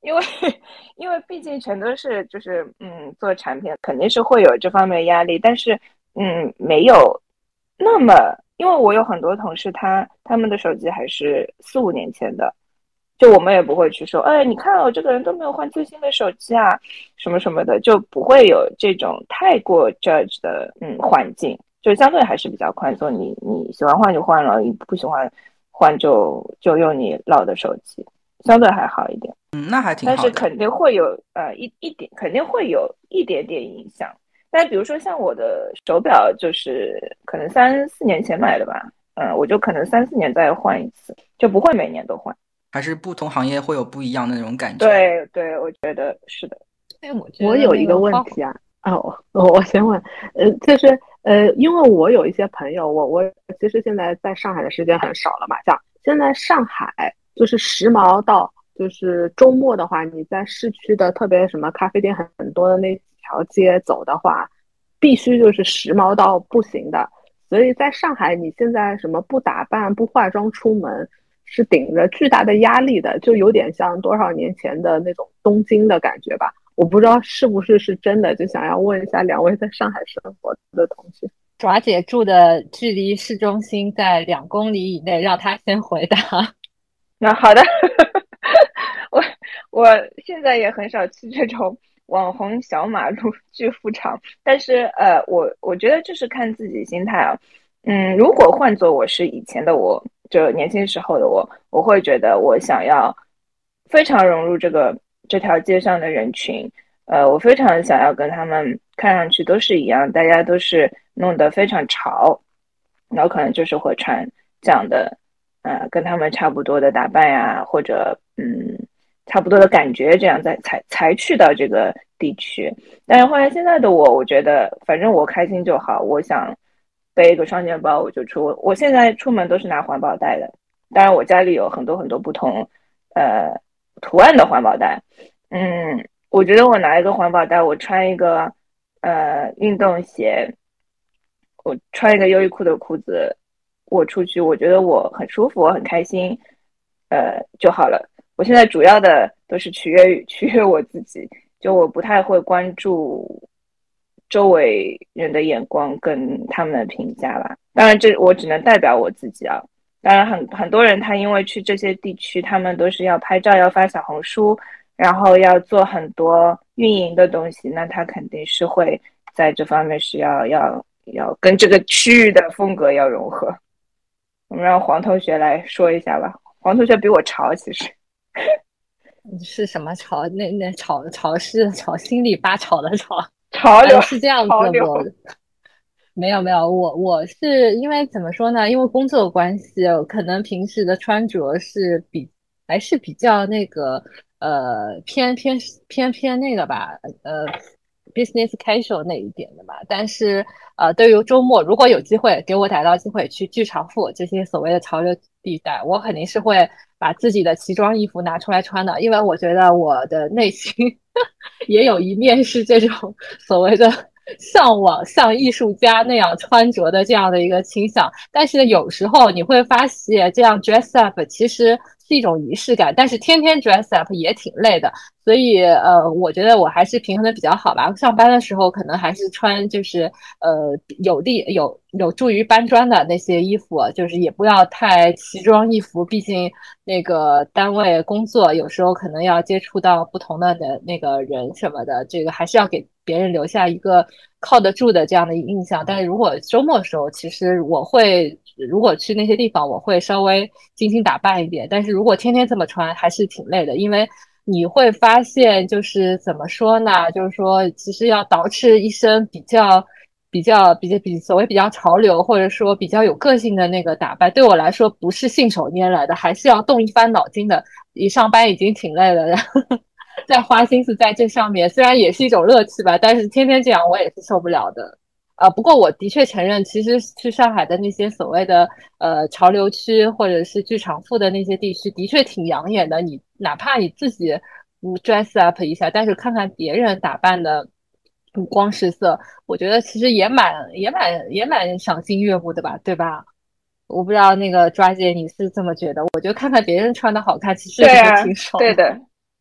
因为因为毕竟全都是就是嗯做产品，肯定是会有这方面的压力，但是嗯没有那么，因为我有很多同事他他们的手机还是四五年前的，就我们也不会去说，哎，你看我、哦、这个人都没有换最新的手机啊，什么什么的，就不会有这种太过 judge 的嗯环境，就相对还是比较宽松，你你喜欢换就换了，你不喜欢换就就用你老的手机，相对还好一点。 嗯，那还挺但好的。 是肯定会有呃一一点，肯定会有一点点影响。但比如说像我的手表，就是可能三四年前买的吧，嗯，我就可能三四年再换一次，就不会每年都换。 还是不同行业会有不一样的那种感觉。 对对，我觉得是的。 哎，我觉我得那有一个问个花题啊，啊，我我先问，呃，就是呃，因为我有一些朋友，我我其实现在在上海的时间很少了嘛，像现在上海就是时髦到，就是周末的话，你在市区的特别什么咖啡店很很多的那几条街走的话，必须就是时髦到不行的。所以在上海，你现在什么不打扮、不化妆出门，是顶着巨大的压力的，就有点像多少年前的那种东京的感觉吧。我不知道是不是是真的，就想要问一下两位在上海生活的同学。 爪姐住的距离市中心在两公里以内，让她先回答。 那好的，我我现在也很少去这种网红小马路巨富场，但是呃，我我觉得就是看自己心态啊。嗯，如果换做我是以前的我，就年轻时候的我，我会觉得我想要非常融入这个这条街上的人群，呃，我非常想要跟他们看上去都是一样，大家都是弄得非常潮，然后可能就是会穿这样的。呃，跟他们差不多的打扮呀，或者嗯，差不多的感觉，这样才才才去到这个地区。但是后来现在的我，我觉得反正我开心就好。我想背一个双肩包，我就出。我现在出门都是拿环保袋的，当然我家里有很多很多不同呃图案的环保袋。嗯，我觉得我拿一个环保袋，我穿一个呃运动鞋，我穿一个优衣库的裤子，我出去，我觉得我很舒服，我很开心，呃就好了。我现在主要的都是取悦于取悦我自己，就我不太会关注周围人的眼光跟他们的评价吧。当然，这我只能代表我自己啊。当然很，很多人他因为去这些地区，他们都是要拍照、要发小红书，然后要做很多运营的东西，那他肯定是会在这方面是要要要跟这个区域的风格要融合。我们让黄同学来说一下吧。黄同学比我潮，其实是什么潮？那那潮潮是潮，心里发潮的潮。 潮流， 呃，是这样子， 潮流。 我没有没有，我我是因为怎么说呢？因为工作关系，可能平时的穿着是比还是比较那个呃偏偏偏偏那个吧，呃 business casual 那一点的吧。但是呃，对于周末如果有机会给我逮到机会去剧场服这些所谓的潮流地带，我肯定是会把自己的奇装异服拿出来穿的，因为我觉得我的内心也有一面是这种所谓的向往像艺术家那样穿着的这样的一个倾向。但是呢，有时候你会发现，这样 dress up 其实是一种仪式感，但是天天 dress up 也挺累的。所以呃，我觉得我还是平衡的比较好吧。上班的时候可能还是穿就是呃有利有有助于搬砖的那些衣服，就是也不要太奇装异服，毕竟那个单位工作有时候可能要接触到不同的的那个人什么的，这个还是要给别人留下一个靠得住的这样的印象。但是如果周末的时候，其实我会如果去那些地方，我会稍微精心打扮一点。但是如果天天这么穿，还是挺累的，因为你会发现，就是怎么说呢？就是说，其实要捯饬一身比较、比较、比较、比所谓比较潮流，或者说比较有个性的那个打扮，对我来说不是信手拈来的，还是要动一番脑筋的。一上班已经挺累了，然后再花心思在这上面，虽然也是一种乐趣吧，但是天天这样我也是受不了的。呃，不过我的确承认，其实去上海的那些所谓的呃潮流区或者是剧场附的那些地区，的确挺养眼的。你哪怕你自己不 dress up 一下，但是看看别人打扮的五光十色，我觉得其实也蛮也蛮也蛮赏心悦目的吧，对吧？我不知道那个抓姐你是这么觉得？我觉得看看别人穿的好看，其实也是对啊， 挺爽的。 对的，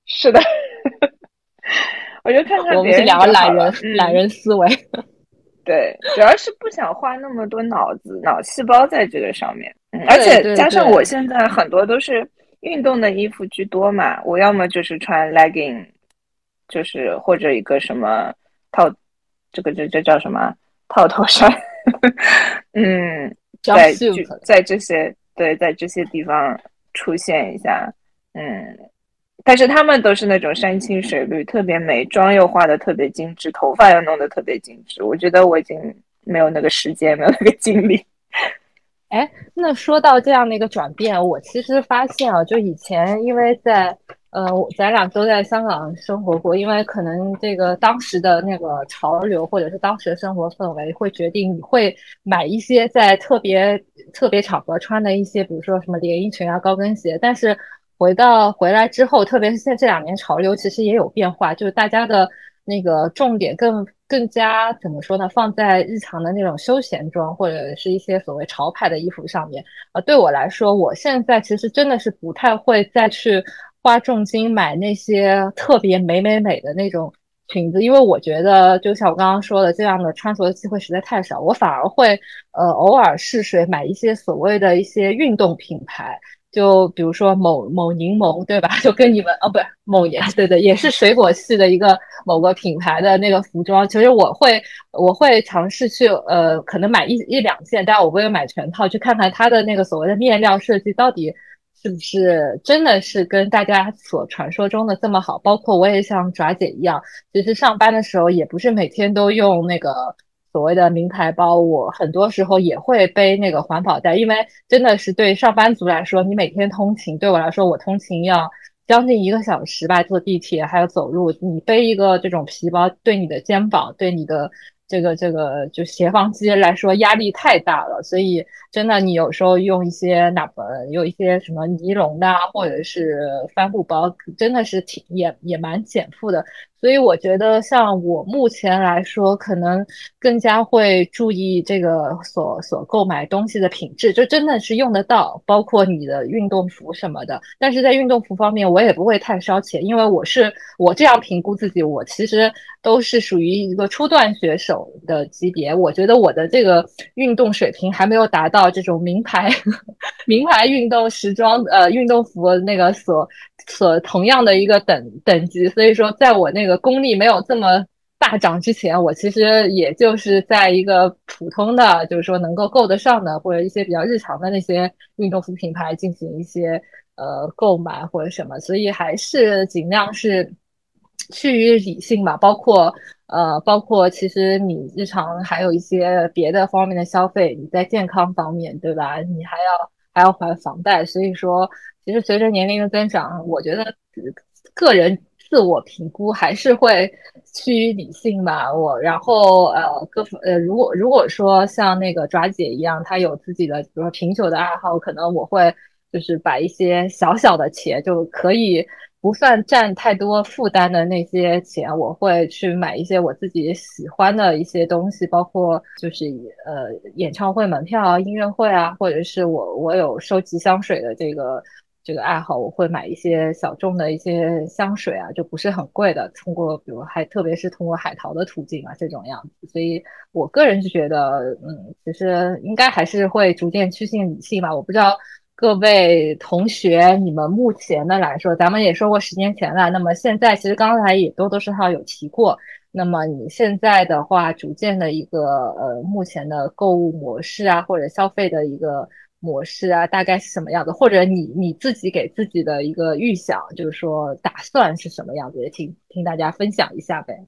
是的，我就看看我们是别人两个懒人， 就好了。嗯， 懒人思维。 对，主要是不想花那么多脑子、脑细胞在这个上面。嗯，而对且加上对对， 我现在很多都是运动的衣服居多嘛，我要么就是穿 legging，就是或者一个什么套，这个这这叫什么套头衫？嗯，在就 jumpsuit。 在这些对，在这些地方出现一下。嗯，但是他们都是那种山清水绿，特别美，妆又化的特别精致，头发又弄得特别精致。我觉得我已经没有那个时间，没有那个精力。 哎，那说到这样的一个转变，我其实发现啊，就以前因为在呃，我咱俩都在香港生活过，因为可能这个当时的那个潮流或者是当时的生活氛围，会决定你会买一些在特别特别场合穿的一些，比如说什么连衣裙啊、高跟鞋。但是回到回来之后，特别是现在这两年潮流其实也有变化，就是大家的那个重点更更加怎么说呢，放在日常的那种休闲装或者是一些所谓潮牌的衣服上面。呃，对我来说，我现在其实真的是不太会再去花重金买那些特别美美美的那种裙子，因为我觉得就像我刚刚说的，这样的穿着的机会实在太少，我反而会呃偶尔试水买一些所谓的一些运动品牌。就比如说某某柠檬，对吧？就跟你们哦，不是某颜，对对，也是水果系的一个某个品牌的那个服装。其实我会我会尝试去呃，可能买一一两件，但我不会买全套，去看看它的那个所谓的面料设计到底是不是真的是跟大家所传说中的这么好。包括我也像爪姐一样，其实上班的时候也不是每天都用那个所谓的名牌包，我很多时候也会背那个环保袋，因为真的是对上班族来说，你每天通勤，对我来说，我通勤要将近一个小时吧，坐地铁还有走路，你背一个这种皮包，对你的肩膀，对你的这个这个就斜方肌来说压力太大了，所以真的你有时候用一些哪怕有一些什么尼龙的啊或者是帆布包，真的是挺也也蛮减负的。所以我觉得，像我目前来说，可能更加会注意这个所所购买东西的品质，就真的是用得到，包括你的运动服什么的。但是在运动服方面，我也不会太烧钱，因为我是我这样评估自己，我其实都是属于一个初段选手的级别。我觉得我的这个运动水平还没有达到这种名牌名牌运动时装呃运动服那个所所同样的一个等等级，所以说在我那个功力没有这么大涨之前，我其实也就是在一个普通的，就是说能够够得上的或者一些比较日常的那些运动服品牌进行一些呃购买或者什么，所以还是尽量是趋于理性吧，包括。呃，包括其实你日常还有一些别的方面的消费，你在健康方面，对吧？你还要还要还房贷，所以说，其实随着年龄的增长，我觉得呃个人自我评估还是会趋于理性吧。我然后呃各呃，如果如果说像那个抓姐一样，她有自己的比如说品酒的爱好，可能我会就是把一些小小的钱就可以。不算占太多负担的那些钱，我会去买一些我自己喜欢的一些东西，包括就是呃演唱会门票啊、音乐会啊，或者是我我有收集香水的这个这个爱好，我会买一些小众的一些香水啊，就不是很贵的，通过比如还特别是通过海淘的途径啊这种样子，所以我个人是觉得，嗯，其实应该还是会逐渐趋近理性吧，我不知道。各位同学，你们目前的来说，咱们也说过十年前了，那么现在其实刚才也多多少少有提过。那么你现在的话，逐渐的一个呃，目前的购物模式啊，或者消费的一个模式啊，大概是什么样的？或者你你自己给自己的一个预想，就是说打算是什么样子？也请听大家分享一下呗。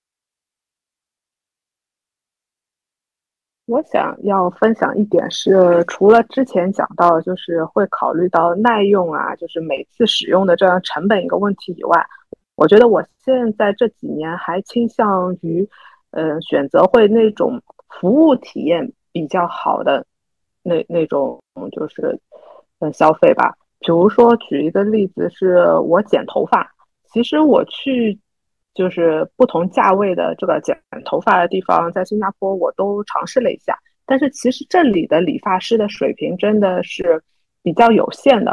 我想要分享一点是，除了之前讲到，就是会考虑到耐用啊，就是每次使用的这样成本一个问题以外，我觉得我现在这几年还倾向于，呃，选择会那种服务体验比较好的那那种就是呃消费吧。比如说举一个例子，是我剪头发，其实我去就是不同价位的这个剪头发的地方，在新加坡我都尝试了一下，但是其实这里的理发师的水平真的是比较有限的。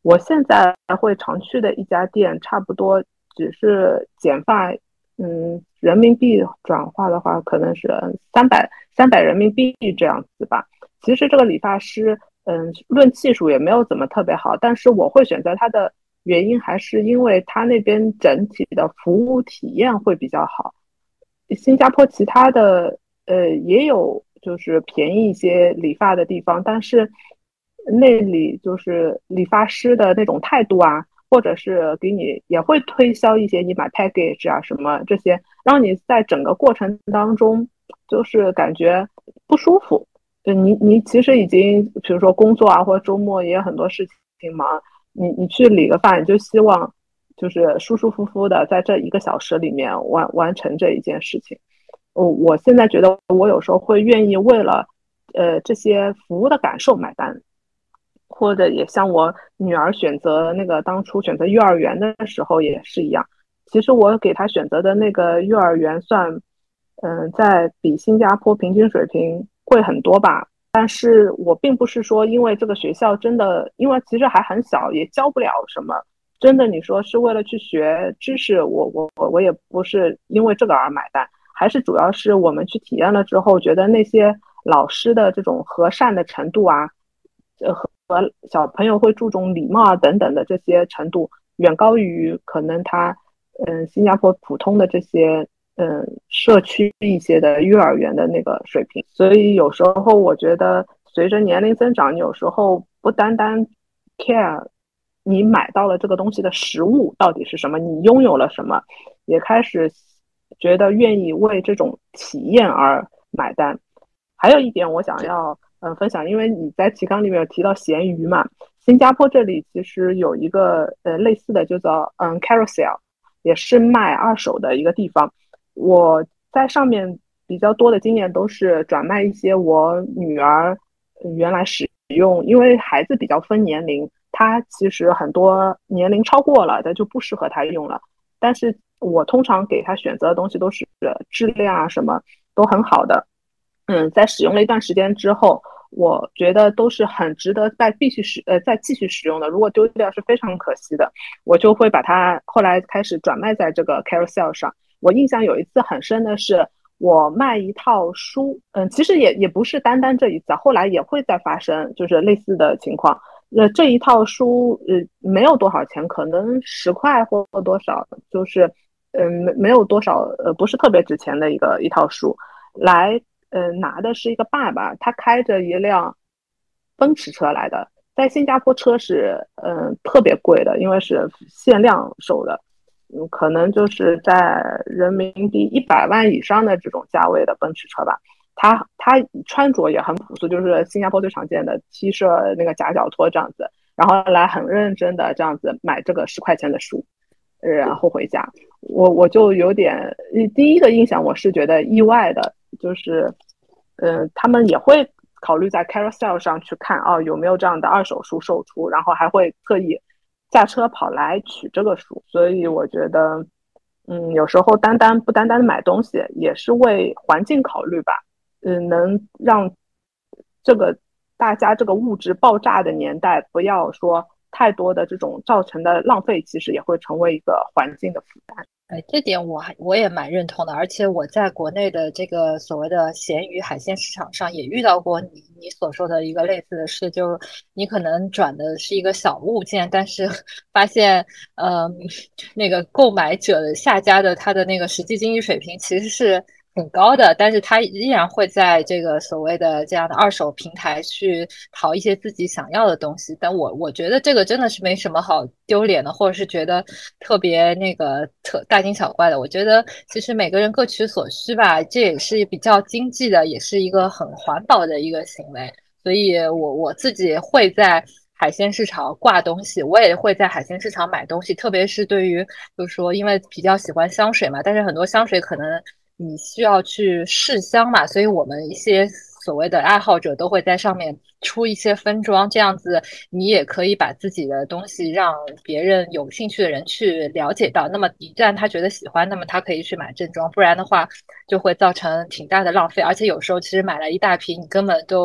我现在会常去的一家店，差不多只是剪发，嗯，人民币转化的话，可能是三百三百人民币这样子吧。其实这个理发师，嗯，论技术也没有怎么特别好，但是我会选择他的原因还是因为他那边整体的服务体验会比较好。新加坡其他的呃也有就是便宜一些理发的地方，但是那里就是理发师的那种态度啊，或者是给你也会推销一些你买 package 啊什么这些，让你在整个过程当中就是感觉不舒服。就你你其实已经比如说工作啊，或者周末也有很多事情忙，你你去理个发，你就希望就是舒舒服服的在这一个小时里面完完成这一件事情。我我现在觉得我有时候会愿意为了呃这些服务的感受买单，或者也像我女儿选择那个当初选择幼儿园的时候也是一样。其实我给她选择的那个幼儿园算，嗯、呃，在比新加坡平均水平贵很多吧。但是我并不是说因为这个学校真的，因为其实还很小，也教不了什么。真的，你说是为了去学知识，我我我我也不是因为这个而买单，还是主要是我们去体验了之后，觉得那些老师的这种和善的程度啊，呃和和小朋友会注重礼貌啊等等的这些程度，远高于可能他嗯新加坡普通的这些嗯社区一些的幼儿园的那个水平。所以有时候我觉得随着年龄增长，有时候不单单 care 你买到了这个东西的实物到底是什么，你拥有了什么，也开始觉得愿意为这种体验而买单。还有一点我想要嗯分享，因为你在提纲里面有提到闲鱼嘛，新加坡这里其实有一个呃类似的，就叫嗯 Carousel，也是卖二手的一个地方。我在上面比较多的经验都是转卖一些我女儿原来使用，因为孩子比较分年龄，他其实很多年龄超过了，他就不适合他用了。但是我通常给他选择的东西都是质量啊什么都很好的。嗯，在使用了一段时间之后，我觉得都是很值得再继续使呃再继续使用的。如果丢掉是非常可惜的，我就会把它后来开始转卖在这个 Carousel 上。我印象有一次很深的是，我卖一套书，嗯，其实也也不是单单这一次，后来也会再发生就是类似的情况。呃，这一套书呃没有多少钱，可能十块或多少，就是嗯没没有多少呃不是特别值钱的一个一套书。来呃拿的是一个爸爸，他开着一辆奔驰车来的。在新加坡车是嗯、呃特别贵的，因为是限量售的，嗯，可能就是在人民币一百万以上的这种价位的奔驰车吧。他他穿着也很朴素，就是新加坡最常见的 T 恤那个夹脚拖这样子，然后来很认真的这样子买这个十块钱的书，呃然后回家。我我就有点第一个印象我是觉得意外的，就是嗯、呃他们也会考虑在 Carousel 上去看哦有没有这样的二手书售出，然后还会特意驾车跑来取这个书。所以我觉得嗯有时候单单不单单买东西也是为环境考虑吧。嗯，能让这个大家这个物质爆炸的年代，不要说太多的这种造成的浪费，其实也会成为一个环境的负担。 哎，这点我还我也蛮认同的，而且我在国内的这个所谓的闲鱼海鲜市场上也遇到过你你所说的一个类似的事，就你可能转的是一个小物件，但是发现呃那个购买者的下家的他的那个实际经济水平其实是很高的，但是他依然会在这个所谓的这样的二手平台去淘一些自己想要的东西。但我我觉得这个真的是没什么好丢脸的，或者是觉得特别那个特大惊小怪的。我觉得其实每个人各取所需吧，这也是比较经济的，也是一个很环保的一个行为。所以我我自己会在海鲜市场挂东西，我也会在海鲜市场买东西，特别是对于就是说，因为比较喜欢香水嘛，但是很多香水可能你需要去试香嘛，所以我们一些所谓的爱好者都会在上面出一些分装，这样子你也可以把自己的东西让别人有兴趣的人去了解到。那么一旦他觉得喜欢，那么他可以去买正装，不然的话就会造成挺大的浪费。而且有时候其实买了一大批，你根本都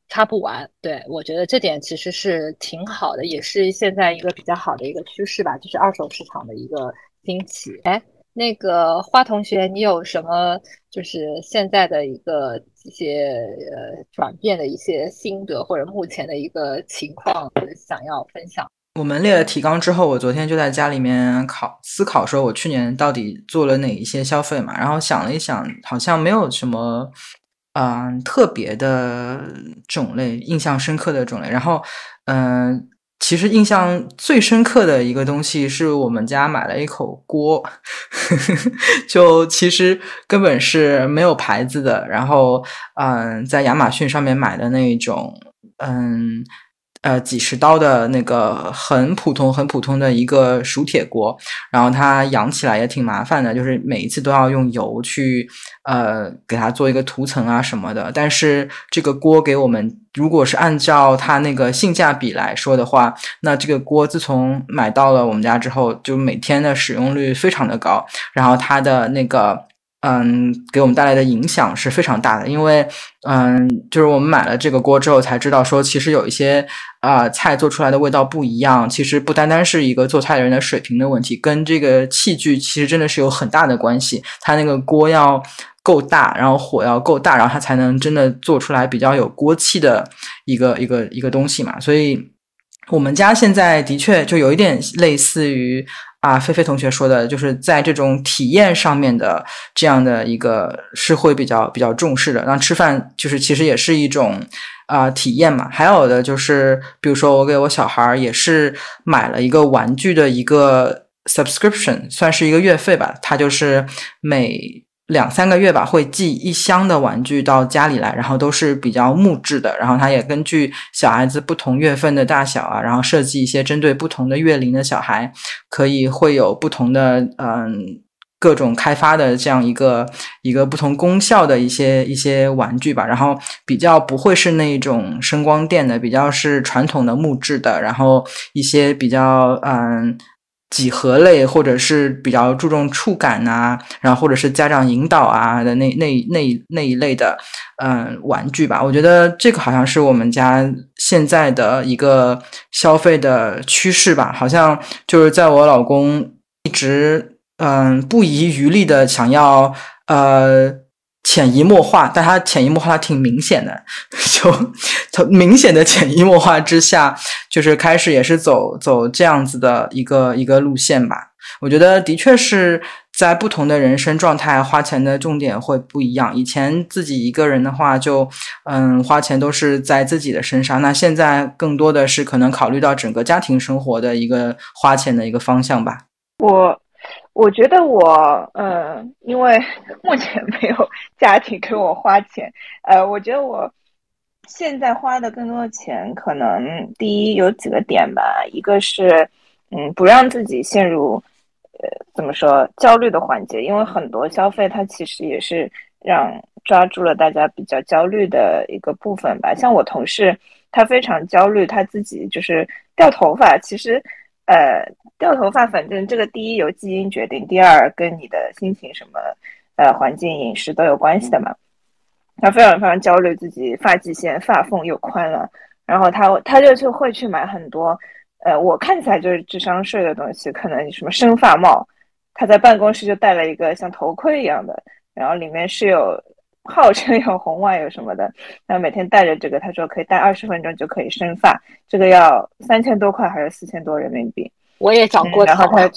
擦不完。对，我觉得这点其实是挺好的，也是现在一个比较好的一个趋势吧，就是二手市场的一个兴起。哎，那个花同学，你有什么就是现在的一个一些呃转变的一些心得，或者目前的一个情况想要分享？ 我们列了提纲之后，我昨天就在家里面考思考，说我去年到底做了哪一些消费嘛，然后想了一想，好像没有什么嗯、呃特别的种类，印象深刻的种类。然后嗯、呃其实印象最深刻的一个东西是我们家买了一口锅，就其实根本是没有牌子的，然后嗯、呃在亚马逊上面买的那种嗯。呃，几十刀的那个很普通、很普通的一个熟铁锅，然后它养起来也挺麻烦的，就是每一次都要用油去呃给它做一个涂层啊什么的。但是这个锅给我们，如果是按照它那个性价比来说的话，那这个锅自从买到了我们家之后，就每天的使用率非常的高，然后它的那个。嗯，给我们带来的影响是非常大的，因为嗯，就是我们买了这个锅之后才知道说，其实有一些啊、呃、菜做出来的味道不一样，其实不单单是一个做菜的人的水平的问题，跟这个器具其实真的是有很大的关系。它那个锅要够大，然后火要够大，然后它才能真的做出来比较有锅气的一个一个一个东西嘛。所以我们家现在的确就有一点类似于啊，菲菲同学说的，就是在这种体验上面的这样的一个是会比较比较重视的。那吃饭就是其实也是一种啊、呃、体验嘛。还有的就是，比如说我给我小孩也是买了一个玩具的一个 subscription， 算是一个月费吧。他就是每两三个月吧，会寄一箱的玩具到家里来，然后都是比较木质的，然后它也根据小孩子不同月份的大小啊，然后设计一些针对不同的月龄的小孩，可以会有不同的嗯各种开发的这样一个一个不同功效的一些一些玩具吧，然后比较不会是那种声光电的，比较是传统的木质的，然后一些比较嗯。几何类或者是比较注重触感啊，然后或者是家长引导啊的那那那那一类的嗯玩具吧，我觉得这个好像是我们家现在的一个消费的趋势吧，好像就是在我老公一直嗯不遗余力的想要呃潜移默化，但他潜移默化挺明显的，就从明显的潜移默化之下，就是开始也是走走这样子的一个一个路线吧。我觉得的确是在不同的人生状态，花钱的重点会不一样。以前自己一个人的话就，嗯，花钱都是在自己的身上。那现在更多的是可能考虑到整个家庭生活的一个花钱的一个方向吧。 我我觉得我呃，因为目前没有家庭给我花钱，呃，我觉得我现在花的更多的钱，可能第一有几个点吧，一个是嗯，不让自己陷入呃怎么说焦虑的环节，因为很多消费它其实也是让抓住了大家比较焦虑的一个部分吧。像我同事，他非常焦虑，他自己就是掉头发，其实。呃，掉头发，反正这个第一由基因决定，第二跟你的心情什么，呃，环境、饮食都有关系的嘛。他非常非常焦虑，自己发际线、发缝又宽了，然后他他就就会去买很多，呃，我看起来就是智商税的东西，可能什么生发帽，他在办公室就戴了一个像头盔一样的，然后里面是有号称有红外有什么的，然后每天戴着这个，他说可以戴二十分钟就可以生发，这个要三千多块还是四千多人民币？ 我也长过嗯、然后草， 他，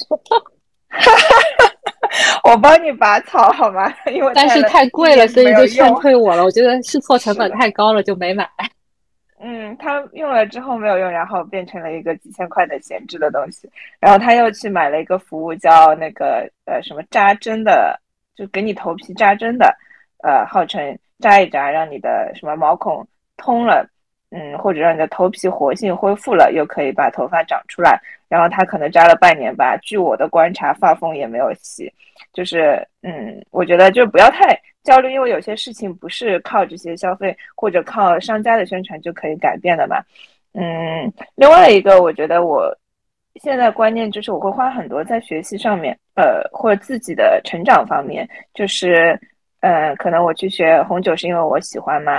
我帮你拔草好吗？因为但是太贵了，所以就劝退我了。我觉得试错成本太高了，就没买。 嗯，他用了之后没有用，然后变成了一个几千块的闲置的东西。然后他又去买了一个服务，叫那个呃什么扎针的，就给你头皮扎针的，呃，号称扎一扎让你的什么毛孔通了，嗯，或者让你的头皮活性恢复了，又可以把头发长出来。然后他可能扎了半年吧，据我的观察，发缝也没有细。就是嗯，我觉得就不要太焦虑，因为有些事情不是靠这些消费或者靠商家的宣传就可以改变的嘛。嗯，另外一个，我觉得我现在观念就是我会花很多在学习上面，呃，或者自己的成长方面，就是呃，可能我去学红酒是因为我喜欢嘛，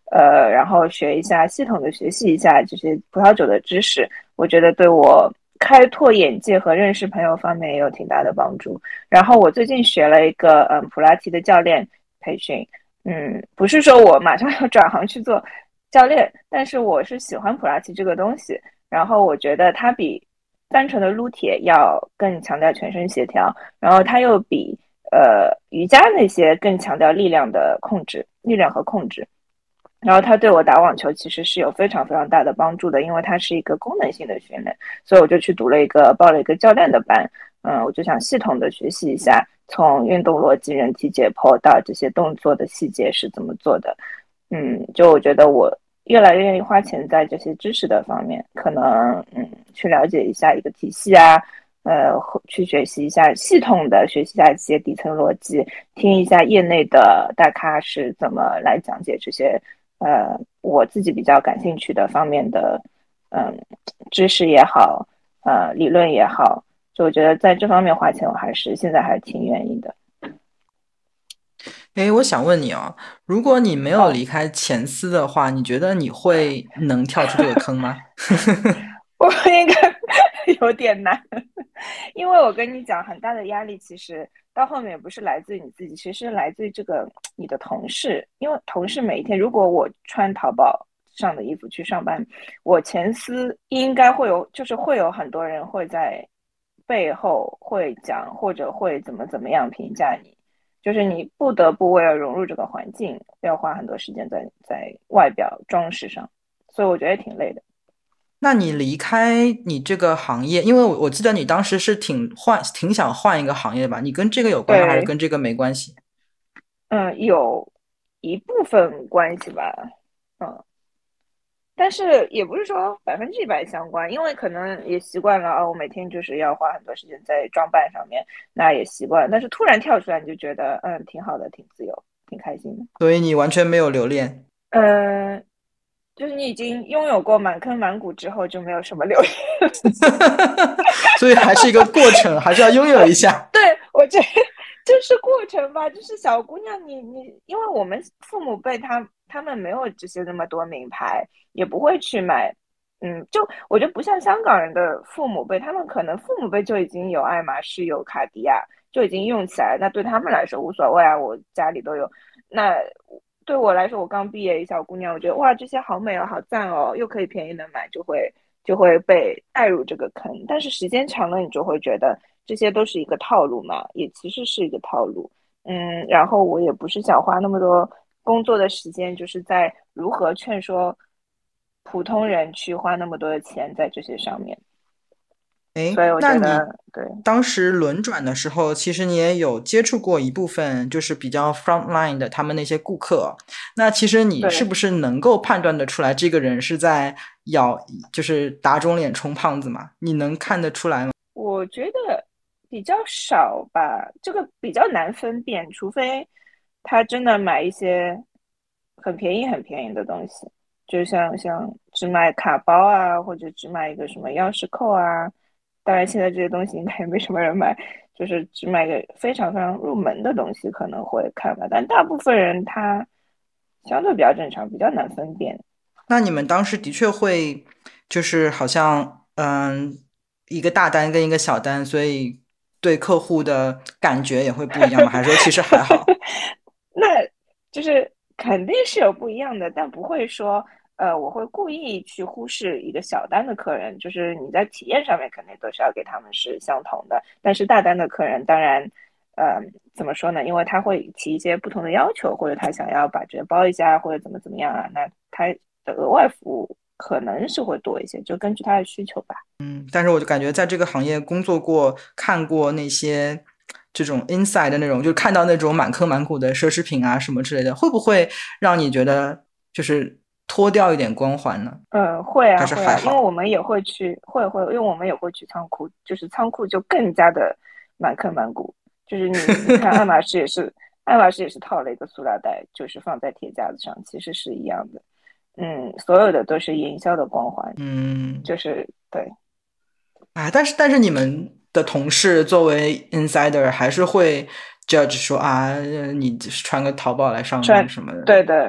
呃，然后学一下系统的学习一下这些葡萄酒的知识，我觉得对我开拓眼界和认识朋友方面也有挺大的帮助。然后我最近学了一个嗯普拉提的教练培训，嗯，不是说我马上要转行去做教练，但是我是喜欢普拉提这个东西，然后我觉得它比单纯的撸铁要更强调全身协调，然后它又比呃瑜伽那些更强调力量的控制，力量和控制。然后它对我打网球其实是有非常非常大的帮助的，因为它是一个功能性的训练，所以我就去读了一个报了一个教练的班，嗯，我就想系统的学习一下，从运动逻辑、人体解剖到这些动作的细节是怎么做的，嗯，就我觉得我越来越愿意花钱在这些知识的方面，可能嗯去了解一下一个体系啊，呃，去学习一下系统的学习一下一些底层逻辑，听一下业内的大咖是怎么来讲解这些。呃，我自己比较感兴趣的方面的，嗯，知识也好，呃，理论也好，就我觉得在这方面花钱，我还是现在还是挺愿意的。 诶，我想问你哦，如果你没有离开前司的话，你觉得你会能跳出这个坑吗？ 我应该有点难，因为我跟你讲，很大的压力其实到后面也不是来自于你自己，其实来自于这个你的同事，因为同事每一天，如果我穿淘宝上的衣服去上班，我前司应该会有，就是会有很多人会在背后会讲或者会怎么怎么样评价你，就是你不得不为了融入这个环境，要花很多时间在在外表装饰上，所以我觉得挺累的。 那你离开你这个行业，因为我我记得你当时是挺换挺想换一个行业吧？你跟这个有关吗？还是对， 跟这个没关系？ 嗯，有一部分关系吧，嗯，但是也不是说百分之一百相关，因为可能也习惯了啊，我每天就是要花很多时间在装扮上面，那也习惯了。但是突然跳出来，你就觉得嗯，挺好的，挺自由，挺开心的。 所以你完全没有留恋。 嗯，就是你已经拥有过满坑满谷之后，就没有什么留恋。 所以还是一个过程，还是要拥有一下。 对，我觉得就是过程吧，就是小姑娘你，你因为我们父母辈他他们没有这些那么多名牌，也不会去买，嗯，就我觉得不像香港人的父母辈，他们可能父母辈就已经有爱马仕、有卡地亚，就已经用起来，那对他们来说无所谓啊，我家里都有。那对我来说，我刚毕业一小姑娘，我觉得哇，这些好美哦，好赞哦，又可以便宜的买，就会就会被带入这个坑。但是时间长了，你就会觉得这些都是一个套路嘛，也其实是一个套路。嗯，然后我也不是想花那么多工作的时间，就是在如何劝说普通人去花那么多的钱在这些上面。 诶， 所以我觉那你得，对当时轮转的时候，其实你也有接触过一部分就是比较 frontline 的他们那些顾客。那其实你是对， 不是能够判断得出来，这个人是在咬，就是打肿脸充胖子嘛？你能看得出来吗？ 我觉得比较少吧，这个比较难分辨，除非他真的买一些很便宜很便宜的东西，就像像只买卡包啊，或者只买一个什么钥匙扣啊。当然，现在这些东西应该也没什么人买，就是只买个非常非常入门的东西可能会看吧，但大部分人他相对比较正常，比较难分辨。 那你们当时的确会，就是好像嗯，一个大单跟一个小单，所以对客户的感觉也会不一样吗？还是说其实还好？ 那就是肯定是有不一样的，但不会说，呃，我会故意去忽视一个小单的客人，就是你在体验上面肯定都是要给他们是相同的，但是大单的客人当然，呃，怎么说呢？因为他会提一些不同的要求，或者他想要把这个包一下，或者怎么怎么样啊，那他的额外服务可能是会多一些，就根据他的需求吧。 嗯，但是我就感觉在这个行业工作过，看过那些这种 inside 的那种，就看到那种满坑满谷的奢侈品啊什么之类的，会不会让你觉得就是脱掉一点光环呢？ 嗯，会还是啊会啊，因为我还好？ 们也会去，会会，因为我们也会去仓库，就是仓库就更加的满坑满谷。就是你你看爱马仕也是，爱马仕也是套了一个塑料袋，就是放在铁架子上，其实是一样的。嗯，所有的都是营销的光环， 嗯， 就是对。 啊，但是但是你们的同事作为 insider 还是会 judge 说啊，呃你穿个淘宝来上班穿， 什么的。 对的，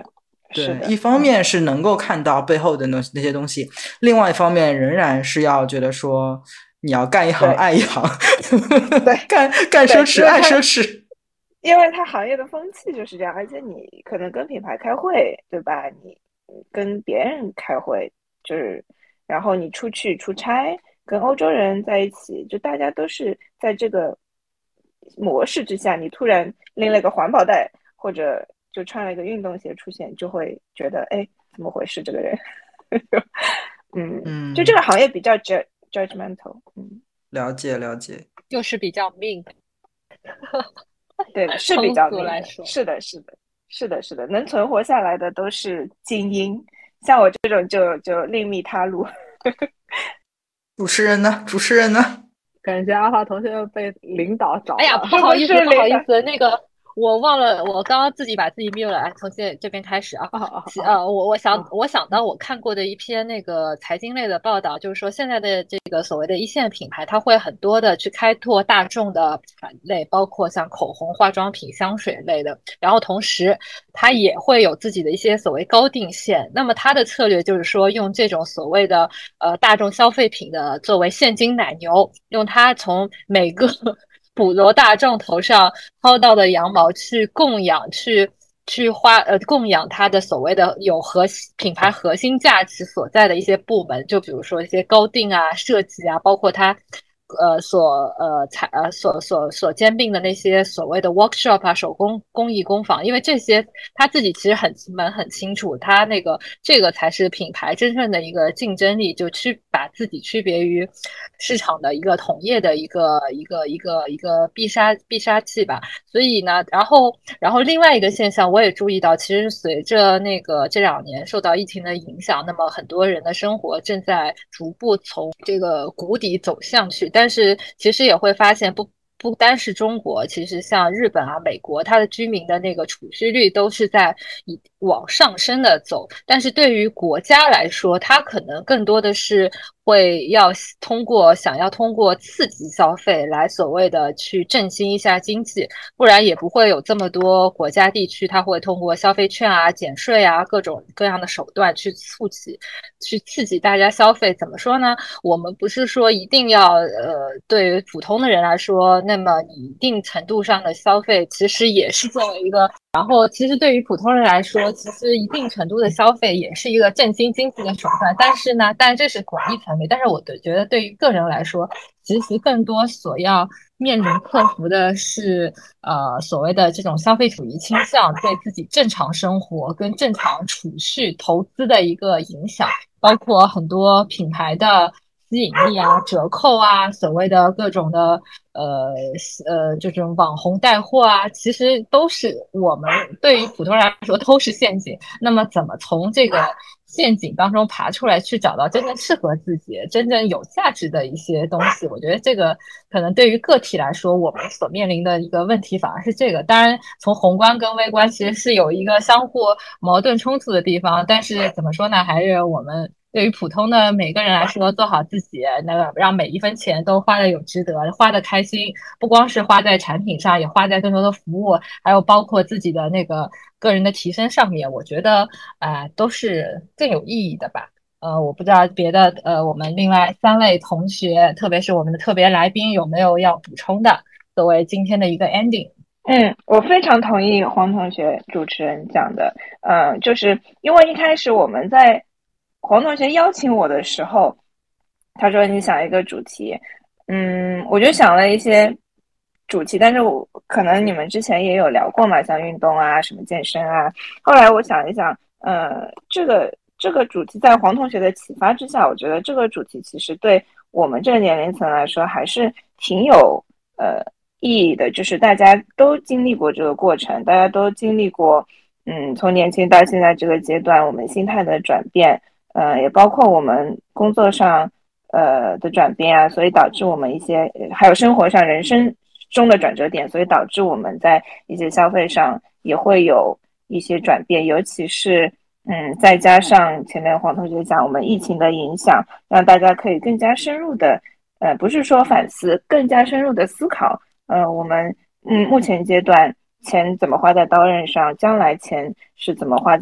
对，一方面是能够看到背后的那那些东西，另外一方面仍然是要觉得说你要干一行爱一行， 对， 干干奢侈爱奢侈。 因为它行业的风气就是这样，而且你可能跟品牌开会，对吧？你跟别人开会，就是然后你出去出差，跟欧洲人在一起，就大家都是在这个模式之下，你突然拎了个环保袋，或者就穿了一个运动鞋出现，就会觉得哎，怎么回事？这个人，嗯嗯，就这个行业比较 judgmental， 嗯， 了解了解， 就是比较命。 对的，是比较命来说， 是的，是的，是的，是的，能存活下来的都是精英，像我这种就就另觅他路。 主持人呢？主持人呢？ 感觉阿华同学被领导找了。 哎呀，不好意思，不好意思，那个我忘了，我刚刚自己把自己 mute 了，哎，从这这边开始啊。 啊啊呃，我我想我想到我看过的一篇那个财经类的报道，就是说现在的这个所谓的一线品牌，它会很多的去开拓大众的产类，包括像口红、化妆品、香水类的，然后同时它也会有自己的一些所谓高定线。那么它的策略就是说，用这种所谓的呃大众消费品的作为现金奶牛，用它从每个普罗大众头上薅到的羊毛去供养，去去花呃供养它的所谓的有核品牌核心价值所在的一些部门，就比如说一些高定啊、设计啊，包括它呃所呃采呃所所所兼并的那些所谓的 workshop 啊、手工工艺工坊，因为这些他自己其实很门很清楚，他那个这个才是品牌真正的一个竞争力，就区把自己区别于市场的一个同业的一个一个一个一个必杀必杀技吧。所以呢，然后然后另外一个现象我也注意到，其实随着那个这两年受到疫情的影响，那么很多人的生活正在逐步从这个谷底走向去。但是其实也会发现不不单是中国，其实像日本啊、美国，它的居民的那个储蓄率都是在以往上升的走。但是对于国家来说，它可能更多的是会要通过想要通过刺激消费来所谓的去振兴一下经济，不然也不会有这么多国家地区，它会通过消费券啊、减税啊各种各样的手段去促起、去刺激大家消费。怎么说呢？我们不是说一定要呃，对于普通的人来说，那么你一定程度上的消费其实也是作为一个，然后其实对于普通人来说，其实一定程度的消费也是一个振兴经济的手段。但是呢，但这是广义层面，但是我觉得对于个人来说，其实更多所要面临克服的是呃所谓的这种消费主义倾向对自己正常生活跟正常储蓄投资的一个影响，包括很多品牌的吸引力啊、折扣啊，所谓的各种的呃呃这种网红带货啊，其实都是我们对于普通人来说都是陷阱。那么怎么从这个陷阱当中爬出来，去找到真正适合自己、真正有价值的一些东西？我觉得这个可能对于个体来说，我们所面临的一个问题反而是这个。当然，从宏观跟微观其实是有一个相互矛盾冲突的地方，但是怎么说呢？还是我们对于普通的每个人来说，做好自己，那个让每一分钱都花的有值得，花的开心，不光是花在产品上，也花在更多的服务，还有包括自己的那个个人的提升上面，我觉得啊、呃、都是更有意义的吧。呃，我不知道别的呃，我们另外三位同学，特别是我们的特别来宾，有没有要补充的，作为今天的一个 ending。 嗯，我非常同意黄同学主持人讲的，嗯、呃，就是因为一开始我们在黄同学邀请我的时候，他说你想一个主题，嗯，我就想了一些主题，但是我可能你们之前也有聊过嘛，像运动啊、什么健身啊。后来我想一想，呃，这个这个主题在黄同学的启发之下，我觉得这个主题其实对我们这个年龄层来说还是挺有呃意义的，就是大家都经历过这个过程，大家都经历过，嗯，从年轻到现在这个阶段，我们心态的转变，呃，也包括我们工作上呃的转变啊，所以导致我们一些还有生活上人生中的转折点，所以导致我们在一些消费上也会有一些转变，尤其是嗯，再加上前面黄同学讲我们疫情的影响，让大家可以更加深入的，呃，不是说反思，更加深入的思考，呃，我们嗯目前阶段钱怎么花在刀刃上，将来钱是怎么花在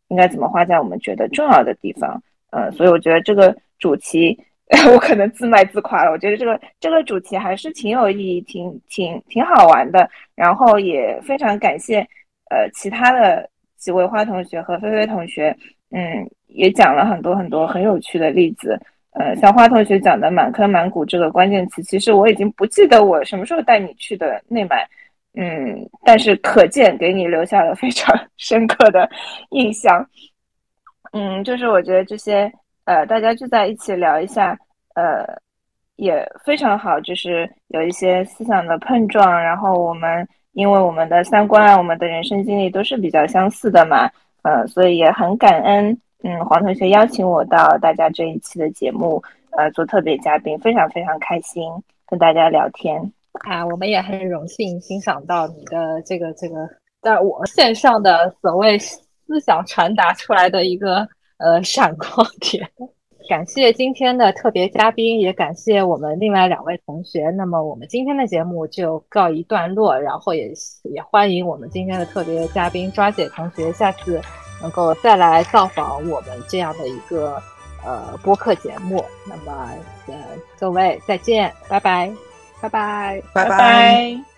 应该怎么花在我们觉得重要的地方。呃，所以我觉得这个主题我可能自卖自夸了，我觉得这个这个主题还是挺有意义，挺挺挺好玩的。然后也非常感谢呃其他的几位花同学和菲菲同学，嗯，也讲了很多很多很有趣的例子。呃，像花同学讲的满坑满谷这个关键词，其实我已经不记得我什么时候带你去的内满，嗯，但是可见给你留下了非常深刻的印象。嗯，就是我觉得这些呃，大家聚在一起聊一下，呃，也非常好，就是有一些思想的碰撞，然后我们因为我们的三观啊，我们的人生经历都是比较相似的嘛，呃，所以也很感恩，嗯，黄同学邀请我到大家这一期的节目，呃，做特别嘉宾，非常非常开心跟大家聊天。 啊，我们也很荣幸欣赏到你的这个这个，在我线上的所谓思想传达出来的一个呃闪光点。感谢今天的特别嘉宾，也感谢我们另外两位同学。那么我们今天的节目就告一段落，然后也也欢迎我们今天的特别嘉宾抓姐同学下次能够再来造访我们这样的一个呃播客节目。那么呃各位再见，拜拜。 拜拜， 拜拜拜。